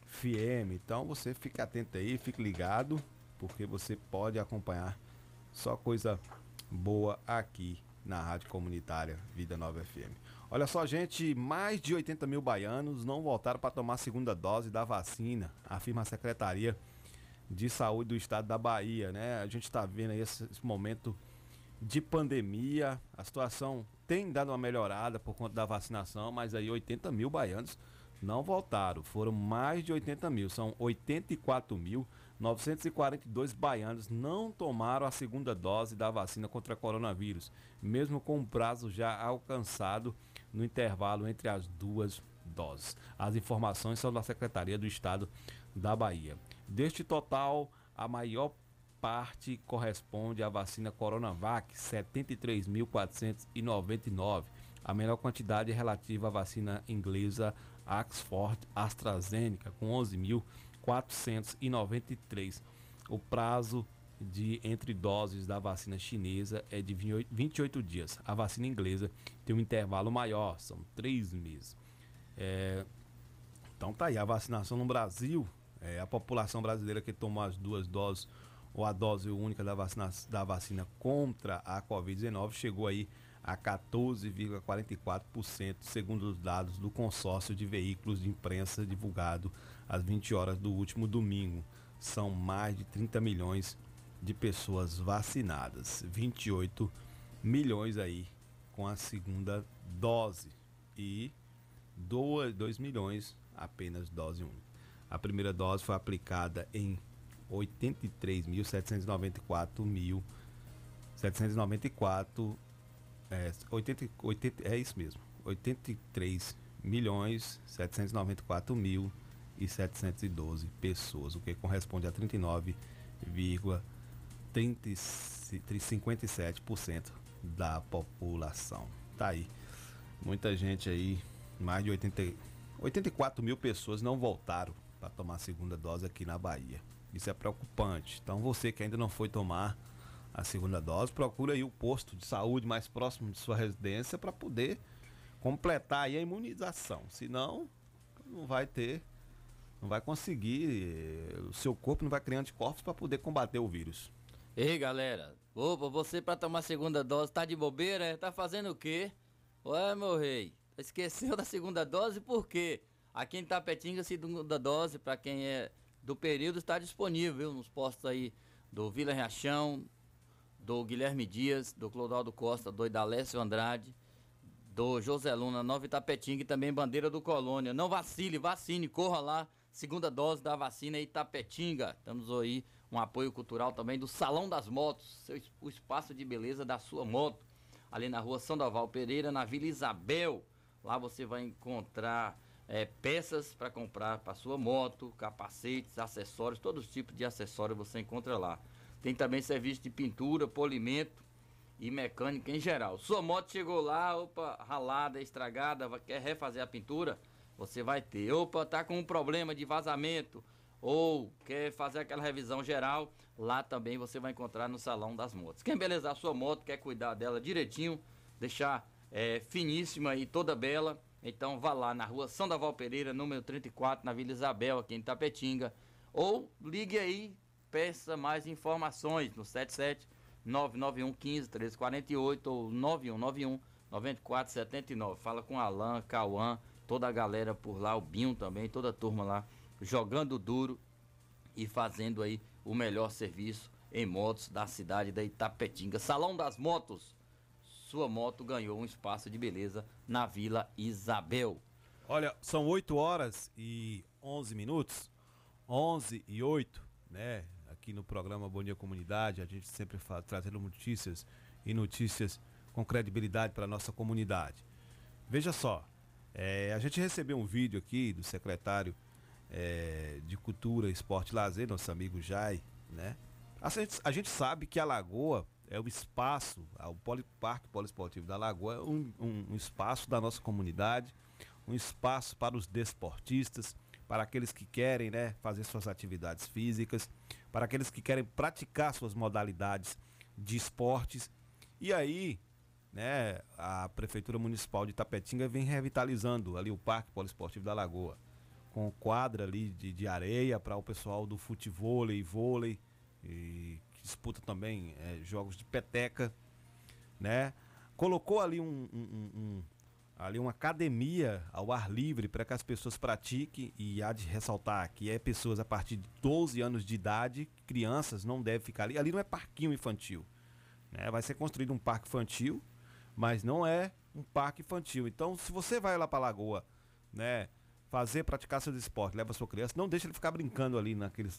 FM. Então você fica atento aí, fique ligado, porque você pode acompanhar só coisa boa aqui na Rádio Comunitária Vida Nova FM. Olha só, gente, mais de 80 mil baianos não voltaram para tomar a segunda dose da vacina, afirma a Secretaria de Saúde do Estado da Bahia, né? A gente está vendo aí esse momento de pandemia, a situação tem dado uma melhorada por conta da vacinação, mas aí 80 mil baianos não voltaram, foram mais de 80 mil, são 84.942 baianos não tomaram a segunda dose da vacina contra coronavírus, mesmo com o prazo já alcançado no intervalo entre as duas doses. As informações são da Secretaria do Estado da Bahia. Deste total, a maior parte corresponde à vacina Coronavac, 73.499. A menor quantidade é relativa à vacina inglesa Oxford AstraZeneca, com 11.493. O prazo entre doses da vacina chinesa é de 28 dias. A vacina inglesa tem um intervalo maior, são 3 meses. Então tá aí, a vacinação no Brasil, a população brasileira que tomou as duas doses, ou a dose única da vacina contra a Covid-19, chegou aí a 14,44%, segundo os dados do consórcio de veículos de imprensa divulgado às 20 horas do último domingo. São mais de 30 milhões de pessoas vacinadas, 28 milhões aí com a segunda dose e 2 milhões apenas dose única. A primeira dose foi aplicada em 83.794 é isso mesmo, 83.794.712 pessoas, o que corresponde a 39,57% da população. Tá aí, muita gente aí, mais de 84 mil pessoas não voltaram para tomar a segunda dose aqui na Bahia. Isso é preocupante. Então você que ainda não foi tomar a segunda dose, procura aí o posto de saúde mais próximo de sua residência para poder completar aí a imunização. Senão, não vai conseguir, o seu corpo não vai criar anticorpos para poder combater o vírus. Ei, galera, opa, você para tomar a segunda dose tá de bobeira, tá fazendo o quê? Ué, meu rei, esqueceu da segunda dose por quê? Aqui em Tapetinga, a segunda dose, para quem é do período, está disponível, viu? Nos postos aí do Vila Riachão, do Guilherme Dias, do Clodoaldo Costa, do Idalécio Andrade, do José Luna, Nova Itapetinga e também Bandeira do Colônia. Não vacile, vacine, corra lá, segunda dose da vacina Itapetinga. Temos aí um apoio cultural também do Salão das Motos, o espaço de beleza da sua moto, ali na rua Sandoval Pereira, na Vila Isabel. Lá você vai encontrar peças para comprar para sua moto, capacetes, acessórios, todos os tipos de acessórios você encontra lá. Tem também serviço de pintura, polimento e mecânica em geral. Sua moto chegou lá, opa, ralada, estragada, quer refazer a pintura? Você vai ter. Opa, tá com um problema de vazamento ou quer fazer aquela revisão geral? Lá também você vai encontrar no Salão das Motos. Quer embelezar a sua moto, quer cuidar dela direitinho, deixar finíssima e toda bela, então vá lá na rua Sandoval Pereira, número 34, na Vila Isabel, aqui em Tapetinga. Ou ligue aí, peça mais informações no 77-991-15-1348 ou 9191-9479. Fala com Alan, Cauã, toda a galera por lá, o Binho também, toda a turma lá, jogando duro e fazendo aí o melhor serviço em motos da cidade da Itapetinga. Salão das Motos. Sua moto ganhou um espaço de beleza na Vila Isabel. Olha, são 8 horas e 11 minutos, 11 e 8, né? Aqui no programa Bom Dia Comunidade, a gente sempre trazendo notícias e notícias com credibilidade para a nossa comunidade. Veja só, a gente recebeu um vídeo aqui do secretário de Cultura, Esporte e Lazer, nosso amigo Jai, né? A gente sabe que a Lagoa é o espaço, o Parque Poliesportivo da Lagoa é um espaço da nossa comunidade, um espaço para os desportistas, para aqueles que querem, né, fazer suas atividades físicas, para aqueles que querem praticar suas modalidades de esportes. E aí, né, a Prefeitura Municipal de Itapetinga vem revitalizando ali o Parque Poliesportivo da Lagoa, com quadra ali de areia para o pessoal do futevôlei, vôlei, e que disputa também jogos de peteca, né? Colocou ali ali uma academia ao ar livre para que as pessoas pratiquem, e há de ressaltar que é pessoas a partir de 12 anos de idade, crianças não devem ficar ali. Ali não é parquinho infantil, né? Vai ser construído um parque infantil, mas não é um parque infantil. Então, se você vai lá para a Lagoa, né, praticar seus esportes, leva a sua criança, não deixa ele ficar brincando ali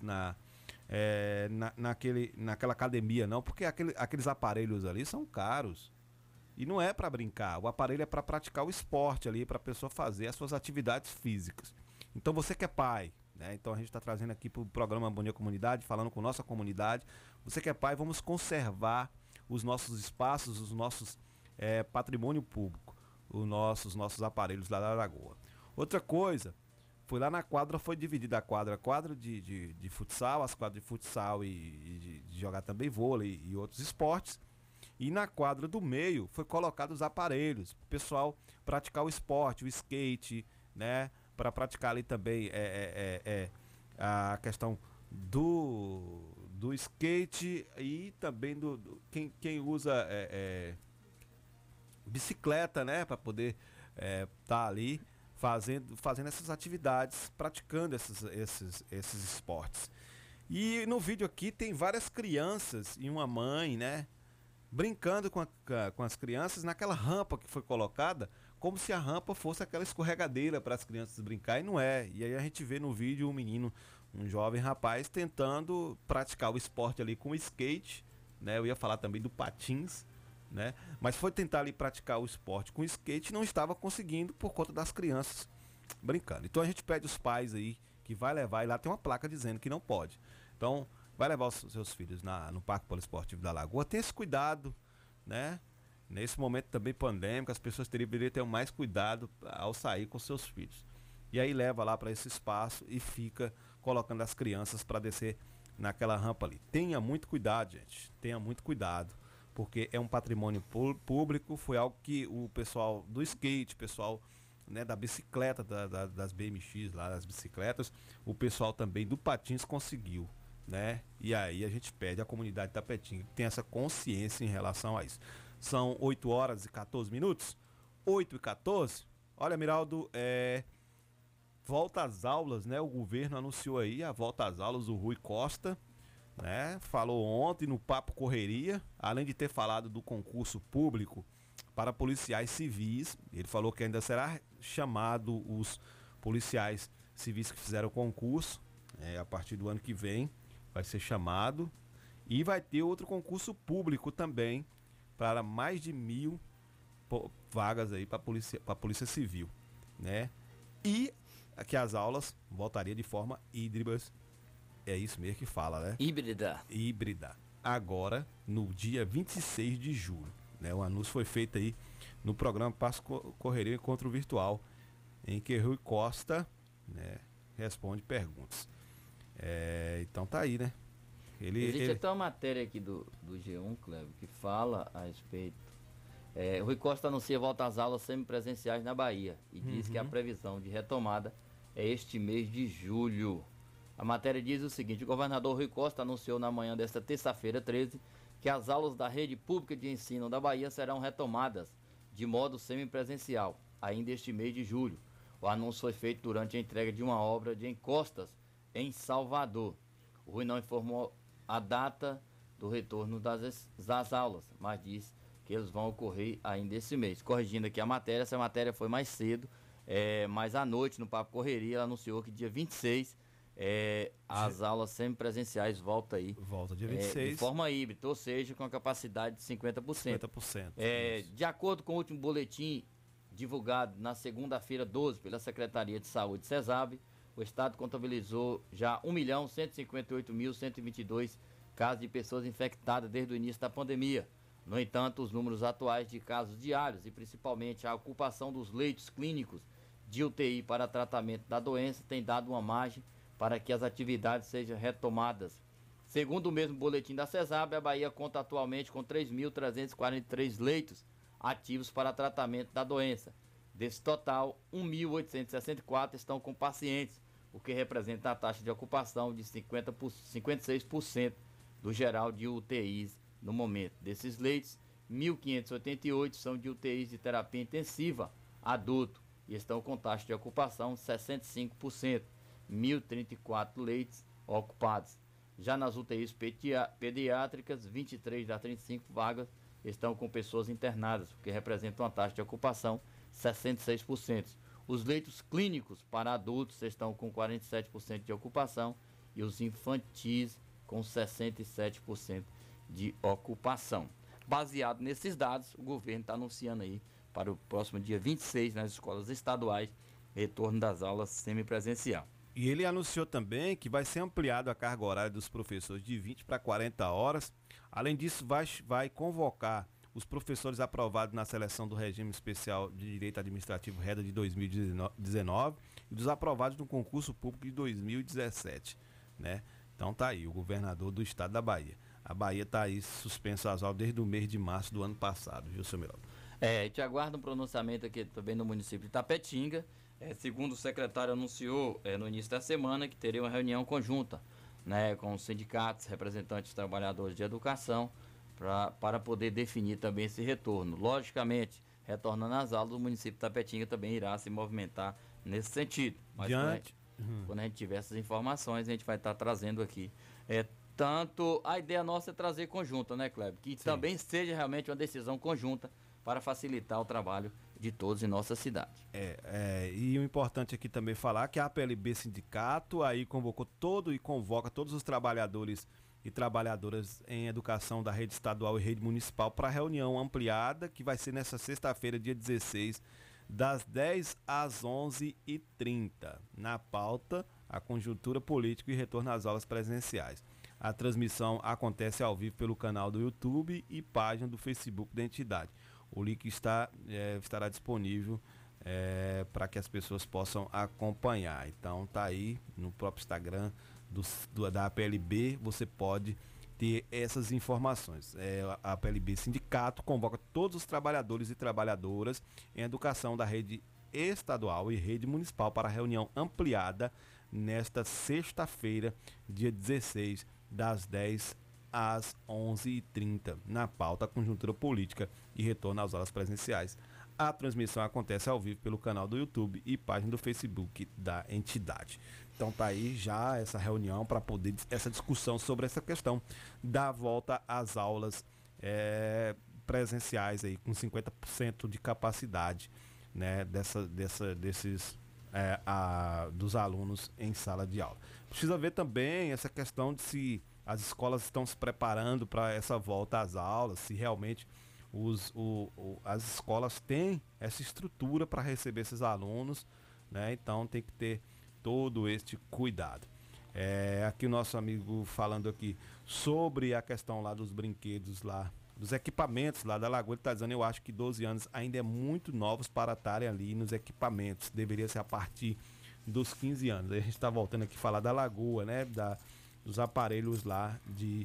naquela academia, não, porque aqueles aparelhos ali são caros. E não é para brincar, o aparelho é para praticar o esporte ali, para a pessoa fazer as suas atividades físicas. Então você que é pai, né? Então a gente está trazendo aqui para o programa Bom Dia Comunidade, falando com nossa comunidade. Você que é pai, vamos conservar os nossos espaços, os nossos patrimônio público, os nossos aparelhos lá da Lagoa. Outra coisa, foi lá na quadra, foi dividida a quadra de futsal, as quadras de futsal e de jogar também vôlei e outros esportes. E na quadra do meio foi colocado os aparelhos para o pessoal praticar o esporte, o skate, né? Para praticar ali também a questão do skate e também quem usa bicicleta, né? Para poder tá ali fazendo essas atividades, praticando esses esportes. E no vídeo aqui tem várias crianças e uma mãe, né? Brincando com as crianças naquela rampa que foi colocada, como se a rampa fosse aquela escorregadeira para as crianças brincar, e não é. E aí a gente vê no vídeo um jovem rapaz tentando praticar o esporte ali com o skate, né? Eu ia falar também do patins, né? Mas foi tentar ali praticar o esporte com o skate e não estava conseguindo por conta das crianças brincando. Então a gente pede os pais aí que vai levar, e lá tem uma placa dizendo que não pode. Então vai levar os seus filhos no Parque Poliesportivo da Lagoa, tenha esse cuidado, né? Nesse momento também pandêmico, as pessoas deveriam ter mais cuidado ao sair com seus filhos. E aí leva lá para esse espaço e fica colocando as crianças para descer naquela rampa ali. Tenha muito cuidado, gente. Tenha muito cuidado, porque é um patrimônio público. Foi algo que o pessoal do skate, pessoal, né, da bicicleta, das BMX lá, das bicicletas, o pessoal também do patins conseguiu, né? E aí a gente pede à comunidade Itapetinga que tenha essa consciência em relação a isso. São 8 horas e 14 minutos. 8 e 14. Olha, Miraldo, volta às aulas, né? O governo anunciou aí a volta às aulas, o Rui Costa, né? Falou ontem no Papo Correria, além de ter falado do concurso público para policiais civis. Ele falou que ainda será chamado os policiais civis que fizeram o concurso, a partir do ano que vem vai ser chamado, e vai ter outro concurso público também para mais de 1.000 vagas aí para a Polícia Civil, né? E que as aulas voltariam de forma híbrida, é isso mesmo que fala, né? Híbrida. Agora, no dia 26 de julho, né? O anúncio foi feito aí no programa Passo Correria Encontro Virtual, em que Rui Costa, né, responde perguntas. Então tá aí, né? Existe até uma matéria aqui do G1, Cleber, que fala a respeito. Rui Costa anuncia volta às aulas semipresenciais na Bahia e diz que a previsão de retomada é este mês de julho. A matéria diz o seguinte: o governador Rui Costa anunciou na manhã desta terça-feira 13 que as aulas da rede pública de ensino da Bahia serão retomadas de modo semipresencial ainda este mês de julho. O anúncio foi feito durante a entrega de uma obra de encostas em Salvador. O Rui não informou a data do retorno das aulas, mas disse que eles vão ocorrer ainda esse mês. Corrigindo aqui a matéria, essa matéria foi mais cedo, mas à noite no Papo Correria ela anunciou que dia 26 as aulas semipresenciais voltam aí. Volta dia 26. De forma híbrida, ou seja, com a capacidade de 50%. 50%. De acordo com o último boletim divulgado na segunda-feira 12 pela Secretaria de Saúde CESAB, o Estado contabilizou já 1.158.122 casos de pessoas infectadas desde o início da pandemia. No entanto, os números atuais de casos diários e principalmente a ocupação dos leitos clínicos de UTI para tratamento da doença tem dado uma margem para que as atividades sejam retomadas. Segundo o mesmo boletim da CESAB, a Bahia conta atualmente com 3.343 leitos ativos para tratamento da doença. Desse total, 1.864 estão com pacientes o que representa a taxa de ocupação de 56% do geral de UTIs no momento. Desses leitos, 1.588 são de UTIs de terapia intensiva adulto e estão com taxa de ocupação 65%, 1.034 leitos ocupados. Já nas UTIs pediátricas, 23 das 35 vagas estão com pessoas internadas, o que representa uma taxa de ocupação 66%. Os leitos clínicos para adultos estão com 47% de ocupação e os infantis com 67% de ocupação. Baseado nesses dados, o governo está anunciando aí para o próximo dia 26 nas escolas estaduais retorno das aulas semipresencial. E ele anunciou também que vai ser ampliado a carga horária dos professores de 20 para 40 horas. Além disso, vai convocar os professores aprovados na seleção do Regime Especial de Direito Administrativo REDA de 2019 e dos aprovados no concurso público de 2017, né? Então tá aí, o governador do estado da Bahia. A Bahia tá aí suspenso às aulas desde o mês de março do ano passado, viu, seu Miraldo? A gente aguarda um pronunciamento aqui também no município de Itapetinga. Segundo o secretário anunciou no início da semana que teria uma reunião conjunta, né, com os sindicatos, representantes trabalhadores de educação, para poder definir também esse retorno. Logicamente, retornando às aulas, o município de Itapetinga também irá se movimentar nesse sentido. Mas quando a gente tiver essas informações, a gente vai estar trazendo aqui. Tanto a ideia nossa é trazer conjunta, né, Kleber? Que também seja realmente uma decisão conjunta para facilitar o trabalho de todos em nossa cidade. E o importante aqui também falar que a APLB Sindicato aí convoca todos os trabalhadores e trabalhadoras em educação da rede estadual e rede municipal para a reunião ampliada que vai ser nessa sexta-feira, dia 16, das 10 às 11h30. Na pauta, a conjuntura política e retorno às aulas presenciais. A transmissão acontece ao vivo pelo canal do YouTube e página do Facebook da entidade. O link estará disponível para que as pessoas possam acompanhar. Então tá aí no próprio Instagram da APLB, você pode ter essas informações. A APLB Sindicato convoca todos os trabalhadores e trabalhadoras em educação da rede estadual e rede municipal para a reunião ampliada nesta sexta-feira, dia 16, das 10 às 11h30, na pauta conjuntura política e retorno às aulas presenciais. A transmissão acontece ao vivo pelo canal do YouTube e página do Facebook da entidade. Então tá aí já essa reunião para poder essa discussão sobre essa questão da volta às aulas presenciais aí com 50% de capacidade, né, dos alunos em sala de aula. Precisa ver também essa questão de se as escolas estão se preparando para essa volta às aulas, se realmente as escolas têm essa estrutura para receber esses alunos, né? Então tem que ter todo este cuidado. Aqui o nosso amigo falando aqui sobre a questão lá dos brinquedos lá, dos equipamentos lá da Lagoa, ele está dizendo, eu acho que 12 anos ainda é muito novos para estarem ali nos equipamentos, deveria ser a partir dos 15 anos. Aí a gente está voltando aqui a falar da Lagoa, né? Dos aparelhos lá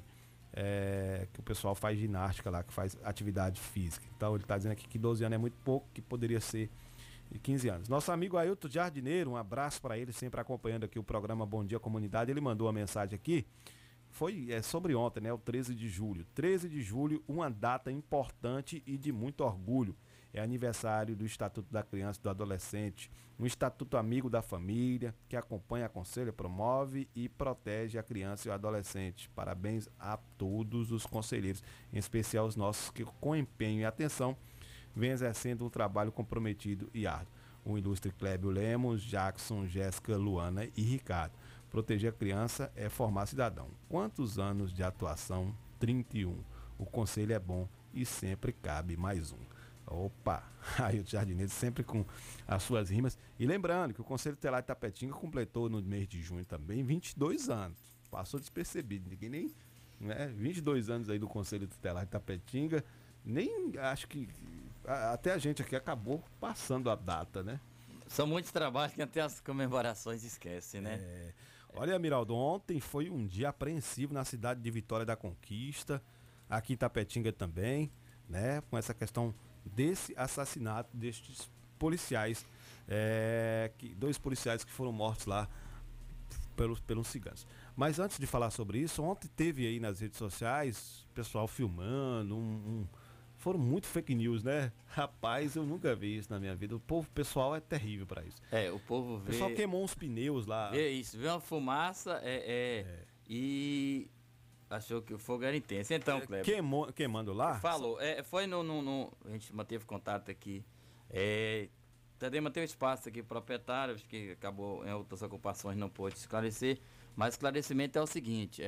que o pessoal faz ginástica lá, que faz atividade física. Então ele está dizendo aqui que 12 anos é muito pouco, que poderia ser de 15 anos. Nosso amigo Ailton Jardineiro, um abraço para ele, sempre acompanhando aqui o programa Bom Dia Comunidade. Ele mandou uma mensagem aqui, sobre ontem, né, o 13 de julho. 13 de julho, uma data importante e de muito orgulho. É aniversário do Estatuto da Criança e do Adolescente, um estatuto amigo da família, que acompanha, aconselha, promove e protege a criança e o adolescente. Parabéns a todos os conselheiros, em especial os nossos que com empenho e atenção vem exercendo um trabalho comprometido e árduo. O ilustre Clébio Lemos, Jackson, Jéssica, Luana e Ricardo. Proteger a criança é formar cidadão. Quantos anos de atuação? 31. O conselho é bom e sempre cabe mais um. Opa, aí o Jardineiro sempre com as suas rimas. E lembrando que o Conselho Tutelar de Itapetinga completou no mês de junho também 22 anos. Passou despercebido, ninguém nem... Né, 22 anos aí do Conselho Tutelar de Itapetinga. Nem acho que... Até a gente aqui acabou passando a data, né? São muitos trabalhos que até as comemorações esquecem, né? Olha, Miraldo, ontem foi um dia apreensivo na cidade de Vitória da Conquista, aqui em Itapetinga também, né? Com essa questão desse assassinato destes policiais, 2 policiais que foram mortos lá pelos ciganos. Mas antes de falar sobre isso, ontem teve aí nas redes sociais, pessoal filmando, foram muito fake news, né? Rapaz, eu nunca vi isso na minha vida. O pessoal é terrível para isso. O povo vê... O pessoal queimou uns pneus lá. Vê isso, vê uma fumaça e achou que o fogo era intenso. Então, Kleber... Queimando lá? Falou. Foi a gente manteve contato aqui. Também manteve espaço aqui proprietário, acho que acabou em outras ocupações, não pôde esclarecer. Mas o esclarecimento é o seguinte,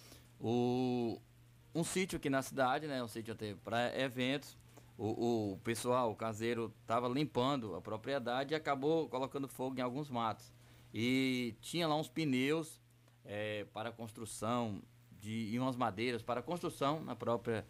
um sítio aqui na cidade, né? Um sítio até para eventos. O pessoal, o caseiro, estava limpando a propriedade e acabou colocando fogo em alguns matos. E tinha lá uns pneus para construção e umas madeiras para construção no próprio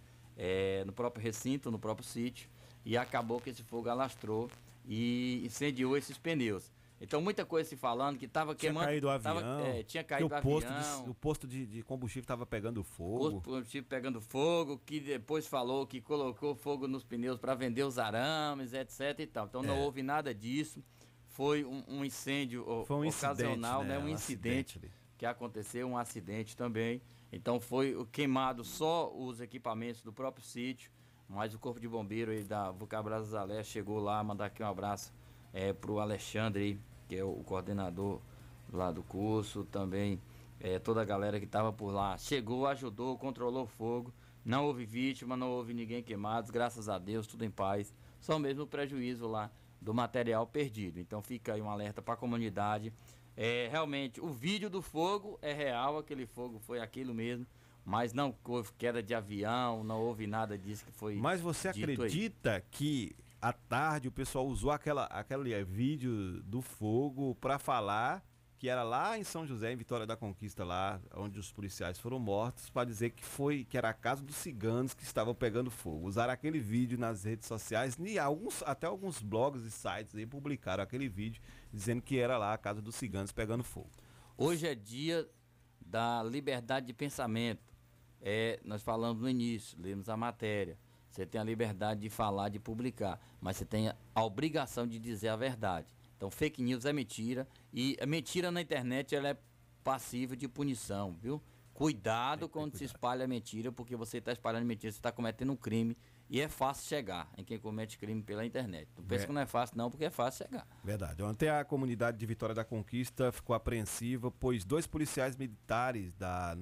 recinto, no próprio sítio. E acabou que esse fogo alastrou e incendiou esses pneus. Então, muita coisa se falando que estava queimando. Caído o avião. Tinha caído o avião. O posto de combustível estava pegando fogo. O posto de combustível pegando fogo, que depois falou que colocou fogo nos pneus para vender os arames, etc e tal. Então, não houve nada disso. Foi um incêndio ocasional, né? Um incidente que aconteceu, um acidente também. Então, foi queimado só os equipamentos do próprio sítio, mas o Corpo de Bombeiro aí da Vulcabras Zalé chegou lá, mandar aqui um abraço pro Alexandre, que é o coordenador lá do curso, também toda a galera que estava por lá. Chegou, ajudou, controlou o fogo, não houve vítima, não houve ninguém queimado, graças a Deus, tudo em paz. Só mesmo o prejuízo lá do material perdido. Então fica aí um alerta para a comunidade. Realmente, o vídeo do fogo é real, aquele fogo foi aquilo mesmo, mas não houve queda de avião, não houve nada disso que foi. Mas você acredita que à tarde o pessoal usou aquele vídeo do fogo para falar que era lá em São José, em Vitória da Conquista, lá onde os policiais foram mortos, para dizer que era a casa dos ciganos que estavam pegando fogo. Usaram aquele vídeo nas redes sociais e até alguns blogs e sites aí publicaram aquele vídeo dizendo que era lá a casa dos ciganos pegando fogo. Hoje é dia da liberdade de pensamento. Nós falamos no início, lemos a matéria. Você tem a liberdade de falar, de publicar, mas você tem a obrigação de dizer a verdade. Então, fake news é mentira, e a mentira na internet ela é passível de punição, viu? Cuidado quando se espalha mentira, porque você está espalhando mentira, você está cometendo um crime, e é fácil chegar em quem comete crime pela internet. Não pensa que não é fácil não, porque é fácil chegar. Verdade. Ontem a comunidade de Vitória da Conquista ficou apreensiva, pois 2 policiais militares da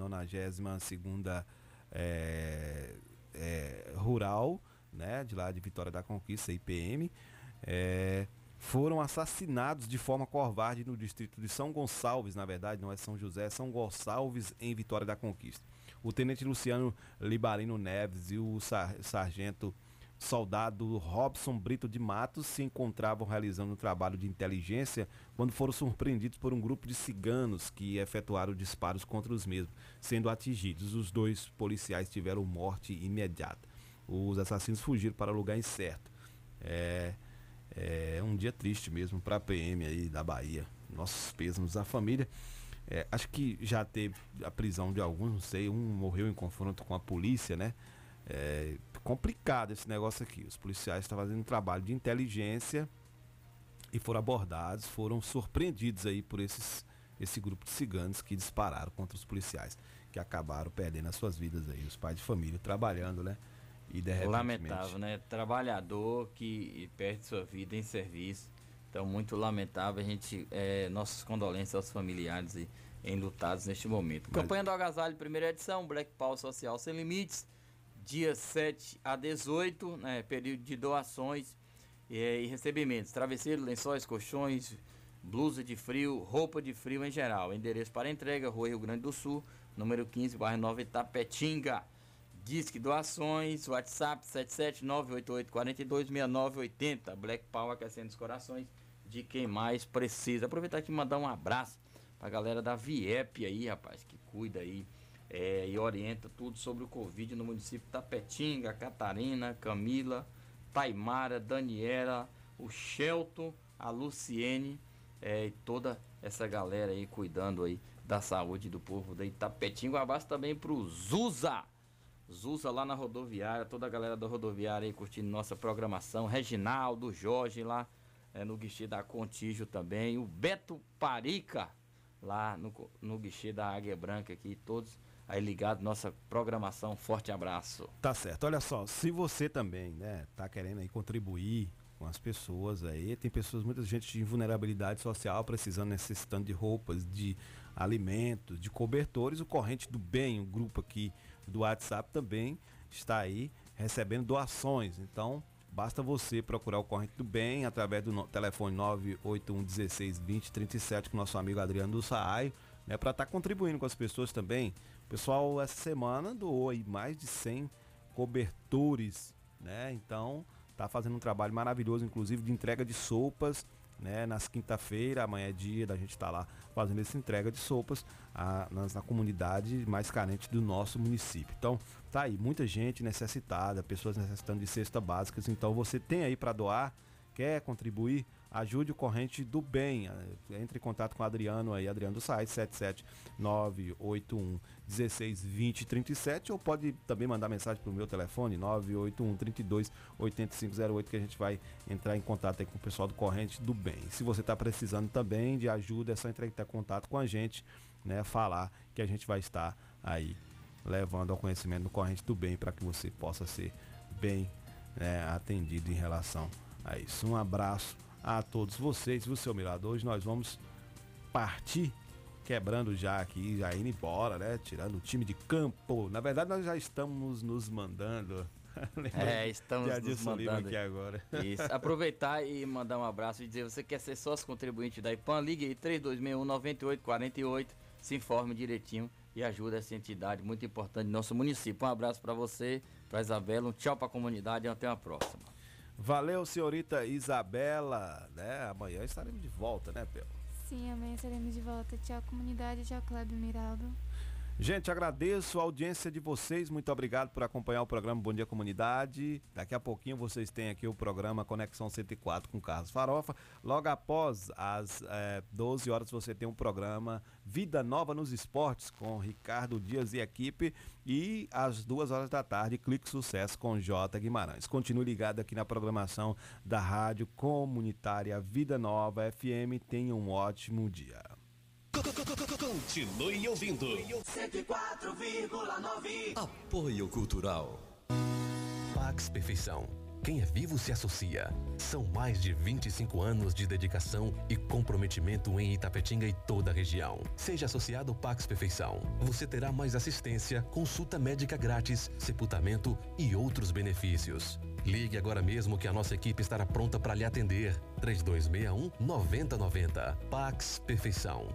92ª Rural, né, de lá de Vitória da Conquista, IPM, foram assassinados de forma covarde no distrito de São Gonçalves, na verdade, não é São José, é São Gonçalves, em Vitória da Conquista. O tenente Luciano Libarino Neves e o sargento soldado Robson Brito de Matos se encontravam realizando um trabalho de inteligência quando foram surpreendidos por um grupo de ciganos que efetuaram disparos contra os mesmos, sendo atingidos. Os 2 policiais tiveram morte imediata. Os assassinos fugiram para o lugar incerto. É um dia triste mesmo para a PM aí da Bahia. Nossos pêsames à família. Acho que já teve a prisão de alguns, não sei, um morreu em confronto com a polícia, né? Complicado esse negócio aqui. Os policiais estavam fazendo um trabalho de inteligência e foram abordados, foram surpreendidos aí por esse grupo de ciganos que dispararam contra os policiais, que acabaram perdendo as suas vidas aí, os pais de família trabalhando, né? E de repente, lamentável, né? Trabalhador que perde sua vida em serviço. Então, muito lamentável. A gente, nossas condolências aos familiares e enlutados neste momento. Campanha do Agasalho, primeira edição, Black Power Social Sem Limites, dia 7 a 18, né? Período de doações e recebimentos. Travesseiro, lençóis, colchões, blusa de frio, roupa de frio em geral. Endereço para entrega, Rua Rio Grande do Sul, número 15, bairro Nova Itapetinga. Disque doações, WhatsApp 77988426980. Black Power aquecendo os corações de quem mais precisa. Aproveitar aqui e mandar um abraço pra galera da Viep aí, rapaz, que cuida aí e orienta tudo sobre o Covid no município de Itapetinga, Catarina, Camila, Taimara, Daniela, o Shelton, a Luciene e toda essa galera aí cuidando aí da saúde do povo da Itapetinga. Um abraço também pro Zuza lá na rodoviária, toda a galera da rodoviária aí curtindo nossa programação, Reginaldo, Jorge lá no guichê da Contígio também, o Beto Parica, lá no guichê da Águia Branca aqui, todos aí ligados, nossa programação. Forte abraço. Tá certo. Olha só, se você também, né, tá querendo aí contribuir com as pessoas aí, tem pessoas, muita gente de vulnerabilidade social, precisando, necessitando de roupas, de alimentos, de cobertores, o Corrente do Bem, um grupo aqui do WhatsApp também está aí recebendo doações. Então, basta você procurar o Corrente do Bem através do telefone 981 16 20 37 com o nosso amigo Adriano do Saaio, né, para estar contribuindo com as pessoas também. O pessoal essa semana doou aí mais de 100 cobertores, né? Então, tá fazendo um trabalho maravilhoso, inclusive de entrega de sopas, né? Nas quinta-feira, amanhã é dia da gente estar lá fazendo essa entrega de sopas na comunidade mais carente do nosso município. Então, tá aí, muita gente necessitada, pessoas necessitando de cestas básicas. Então, você tem aí para doar, quer contribuir, ajude o Corrente do Bem. Entre em contato com o Adriano aí, Adriano do site 77981 16 20 37, ou pode também mandar mensagem pro meu telefone 981 32 8508, que a gente vai entrar em contato aí com o pessoal do Corrente do Bem. Se você está precisando também de ajuda, é só entrar em contato com a gente, né, falar que a gente vai estar aí levando ao conhecimento do Corrente do Bem para que você possa ser bem, né, atendido em relação a isso. Um abraço a todos vocês, viu, seu Mirador? Hoje nós vamos partir quebrando já aqui, já indo embora, né? Tirando o time de campo. Na verdade, nós já estamos nos mandando. Estamos nos mandando aqui agora. Isso. Aproveitar e mandar um abraço e dizer, você quer ser sócio contribuinte da IPAM, ligue aí 3261-9848, se informe direitinho e ajude essa entidade muito importante do nosso município. Um abraço para você, para Isabela, um tchau para a comunidade e até a próxima. Valeu, senhorita Isabela, né? Amanhã estaremos de volta, né, Pel? Sim, amanhã estaremos de volta. Tchau, comunidade. Tchau, Cláudio Miraldo. Gente, agradeço a audiência de vocês, muito obrigado por acompanhar o programa Bom Dia Comunidade. Daqui a pouquinho vocês têm aqui o programa Conexão 104 com Carlos Farofa. Logo após as 12 horas você tem um programa Vida Nova nos Esportes com Ricardo Dias e equipe. E às 2 horas da tarde, Clique Sucesso com J. Guimarães. Continue ligado aqui na programação da Rádio Comunitária Vida Nova FM. Tenha um ótimo dia. Continue ouvindo 104,9. Apoio Cultural. Pax Perfeição. Quem é vivo se associa. São mais de 25 anos de dedicação e comprometimento em Itapetinga e toda a região. Seja associado ao Pax Perfeição. Você terá mais assistência, consulta médica grátis, sepultamento e outros benefícios. Ligue agora mesmo que a nossa equipe estará pronta para lhe atender. 3261-9090. Pax Perfeição.